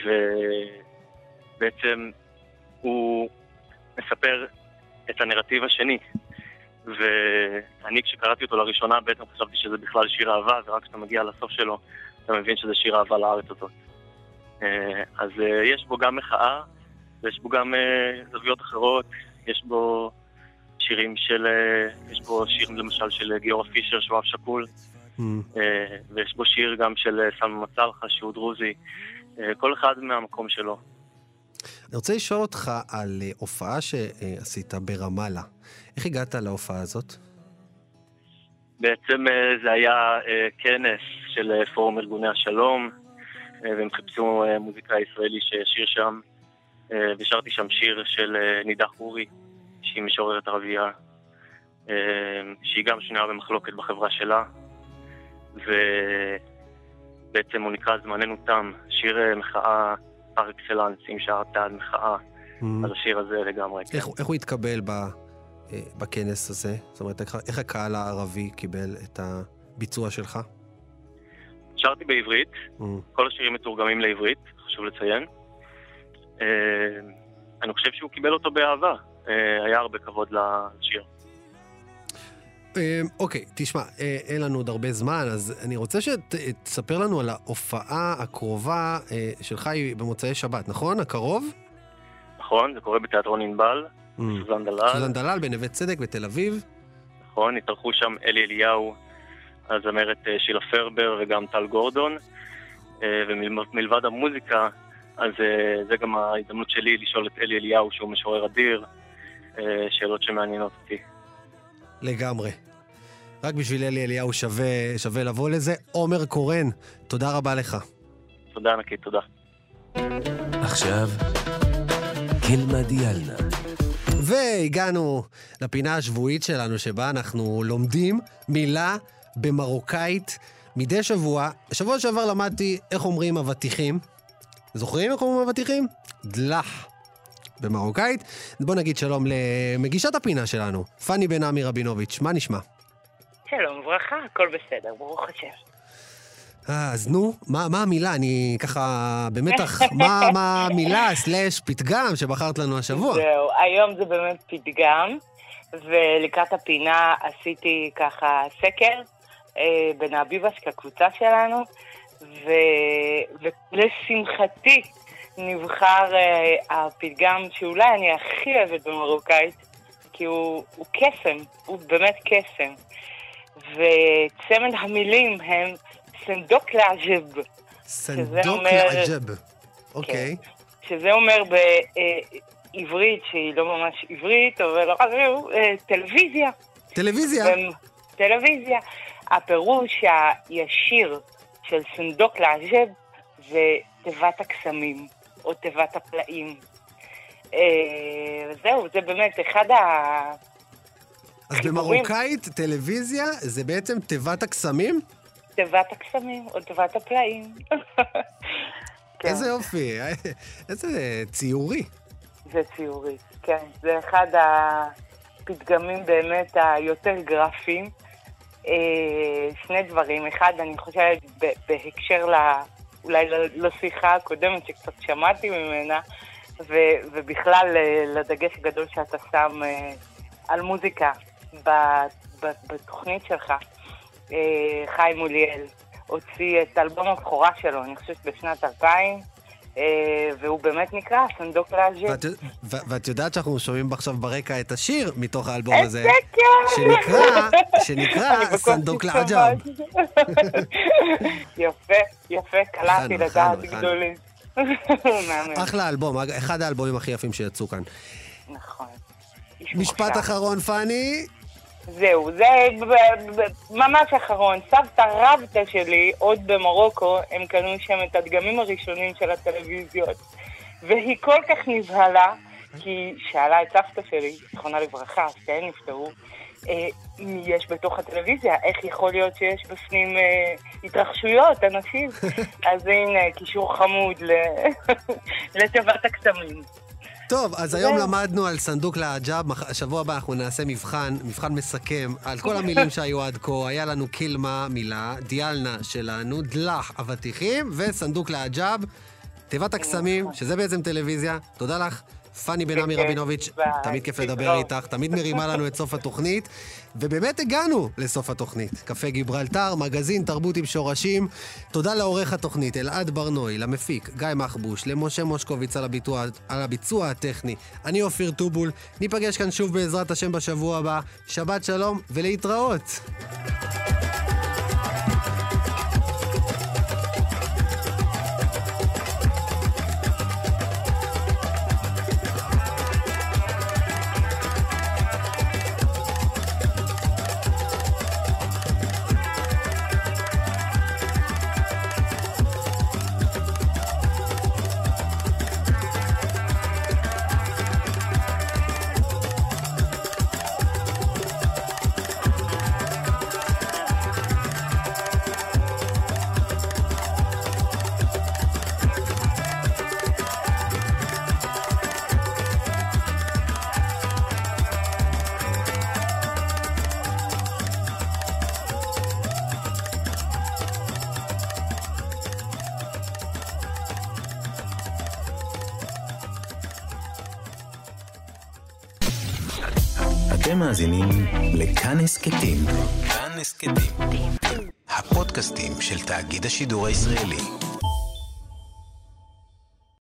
Speaker 13: ובעצם הוא מספר את הנרטיב השני, ואני כשקראתי אותו לראשונה בעצם חשבתי שזה בכלל שיר אהבה, ורק כשאתה מגיע לסוף שלו אתה מבין שזה שיר אהבה לארץ הזאת. אז יש בו גם מחאה, ויש בו גם זוויות אחרות, יש בו שירים של, יש בו שיר למשל של גיורא פישר שהוא אב שכול, mm. ויש בו שיר גם של סלמה מצלחה שהוא דרוזי, כל אחד מהמקום שלו.
Speaker 1: אני רוצה לשאול אותך על הופעה שעשית ברמאללה. איך הגעת להופעה הזאת?
Speaker 13: בעצם זה היה כנס של פורום ארגוני השלום, והם חיפשו מוזיקה ישראלי ששיר שם, ושרתי שם שיר של נידה חורי, שהיא משוררת ערבייה, שהיא גם שנויה במחלוקת בחברה שלה, ובעצם הוא נקרא זמננו תם, שיר מחאה פר אקסלנס, אם שרת על מחאה, mm-hmm. על השיר הזה לגמרי.
Speaker 1: איך, איך הוא התקבל ב, בכנס הזה? זאת אומרת, איך, איך הקהל הערבי קיבל את הביצוע שלך?
Speaker 13: שרתי בעברית, mm-hmm. כל השירים מתורגמים לעברית, חשוב לציין. אה, אני חושב שהוא קיבל אותו באהבה, אה, היה הרבה כבוד לשיר.
Speaker 1: אוקיי, תשמע, אין לנו עוד הרבה זמן, אז אני רוצה שתספר לנו על ההופעה הקרובה שלך במוצאי שבת, נכון? הקרוב?
Speaker 13: נכון, זה קורה בתיאטרון ענבל, סוזן דלל.
Speaker 1: סוזן דלל, בנווה צדק, בתל אביב.
Speaker 13: נכון, התארחו שם אלי אליהו, הזמרת שילה פרבר וגם טל גורדון, ומלבד המוזיקה, אז זה גם ההזדמנות שלי לשאול את אלי אליהו, שהוא משורר אדיר, שאלות שמעניינות אותי.
Speaker 1: לגמרי. רק בשביל אלי אליהו שווה, שווה לבוא לזה. עומר קורן, תודה רבה לך.
Speaker 13: תודה ענקית, תודה.
Speaker 12: עכשיו, קלמה דיאלנה.
Speaker 1: והגענו לפינה השבועית שלנו, שבה אנחנו לומדים מילה במרוקאית מדי שבוע. שבוע שעבר למדתי איך אומרים אבטיחים. זוכרים איך אומרים אבטיחים? דלח. במרוקאית. בוא נגיד שלום למגישת הפינה שלנו, פני בן עמי רבינוביץ'. מה נשמע?
Speaker 14: שלום וברכה, הכל בסדר, ברוך השם.
Speaker 1: אז נו, מה, מה המילה? אני ככה במתח, מה, מה המילה סלש פתגם שבחרת לנו השבוע?
Speaker 14: זהו, היום זה באמת פתגם, ולקראת הפינה עשיתי ככה סקר אה, בין האביבש כקבוצה שלנו, ו... ולשמחתי נבחר uh, הפתגם שאולי אני הכי אוהבת במרוקאית, כי הוא, הוא קסם, הוא באמת קסם. וצמד המילים הם סנדוק לעג'ב.
Speaker 1: סנדוק לעג'ב, אוקיי.
Speaker 14: שזה אומר בעברית, שהיא לא ממש עברית, אבל uh, טלוויזיה.
Speaker 1: טלוויזיה?
Speaker 14: טלוויזיה. הפירוש הישיר של סנדוק לעג'ב זה תיבת הקסמים. או תיבת הפלאים. זהו, זה באמת אחד ה...
Speaker 1: אז במרוקאית טלוויזיה זה בעצם תיבת הקסמים?
Speaker 14: תיבת הקסמים, או תיבת הפלאים.
Speaker 1: איזה יופי, איזה ציורי.
Speaker 14: זה ציורי, כן. זה אחד הפתגמים באמת היותר גרפיים. שני דברים. אחד, אני חושבת בהקשר ל... אולי לשיחה הקודמת שקצת שמעתי ממנה, ו- ובכלל לדגש הגדול שאתה שם על מוזיקה בתוכנית שלך. חיים מוליאל הוציא את אלבום הבכורה שלו, אני חושבת בשנת אלפיים, והוא באמת נקרא סנדוק לעג'ב.
Speaker 1: ואת יודעת שאנחנו שומעים עכשיו ברקע את השיר מתוך האלבום הזה,
Speaker 14: שנקרא,
Speaker 1: שנקרא סנדוק לעג'ב.
Speaker 14: יפה, יפה, קלעתי לדעת גדולים.
Speaker 1: אחלה אלבום, אחד האלבומים הכי יפים שיצאו כאן.
Speaker 14: נכון.
Speaker 1: משפט אחרון, פני.
Speaker 14: זהו, זה ממש אחרון. סבתא רבתא שלי, עוד במרוקו, הם קנו שם את הדגמים הראשונים של הטלוויזיות. והיא כל כך נבהלה, כי שאלה את סבתא שלי, זכרונה לברכה, שתיהן נפטרו, אה, מי יש בתוך הטלוויזיה, איך יכול להיות שיש בפנים אה, התרחשויות, אנשים? אז הנה, קישור חמוד לתיבת הקסמים.
Speaker 1: טוב, אז היום למדנו על סנדוק לעג'ב, השבוע הבא אנחנו נעשה מבחן, מבחן מסכם על כל המילים שהיו עד כה. היה לנו קלמה מילה, דיאלנה שלנו, דלח אבטיחים, וסנדוק לעג'ב, תיבת הקסמים, שזה בעצם טלוויזיה. תודה לך, פני בן עמי רבינוביץ', תמיד כיף לדבר איתך, תמיד מרימה לנו את סוף התוכנית, ובאמת הגענו לסוף התוכנית. קפה גיברלטר, מגזין תרבות עם שורשים. תודה לעורך התוכנית, אלעד ברנוי, למפיק, גיא מחבוש, למשה מושקוביץ על הביצוע, על הביצוע הטכני. אני אופיר טובול, ניפגש כאן שוב בעזרת השם בשבוע הבא. שבת שלום ולהתראות.
Speaker 12: אתם מאזינים לכאן הסקטים. כאן הסקטים. הפודקאסטים של תאגיד השידור הישראלי.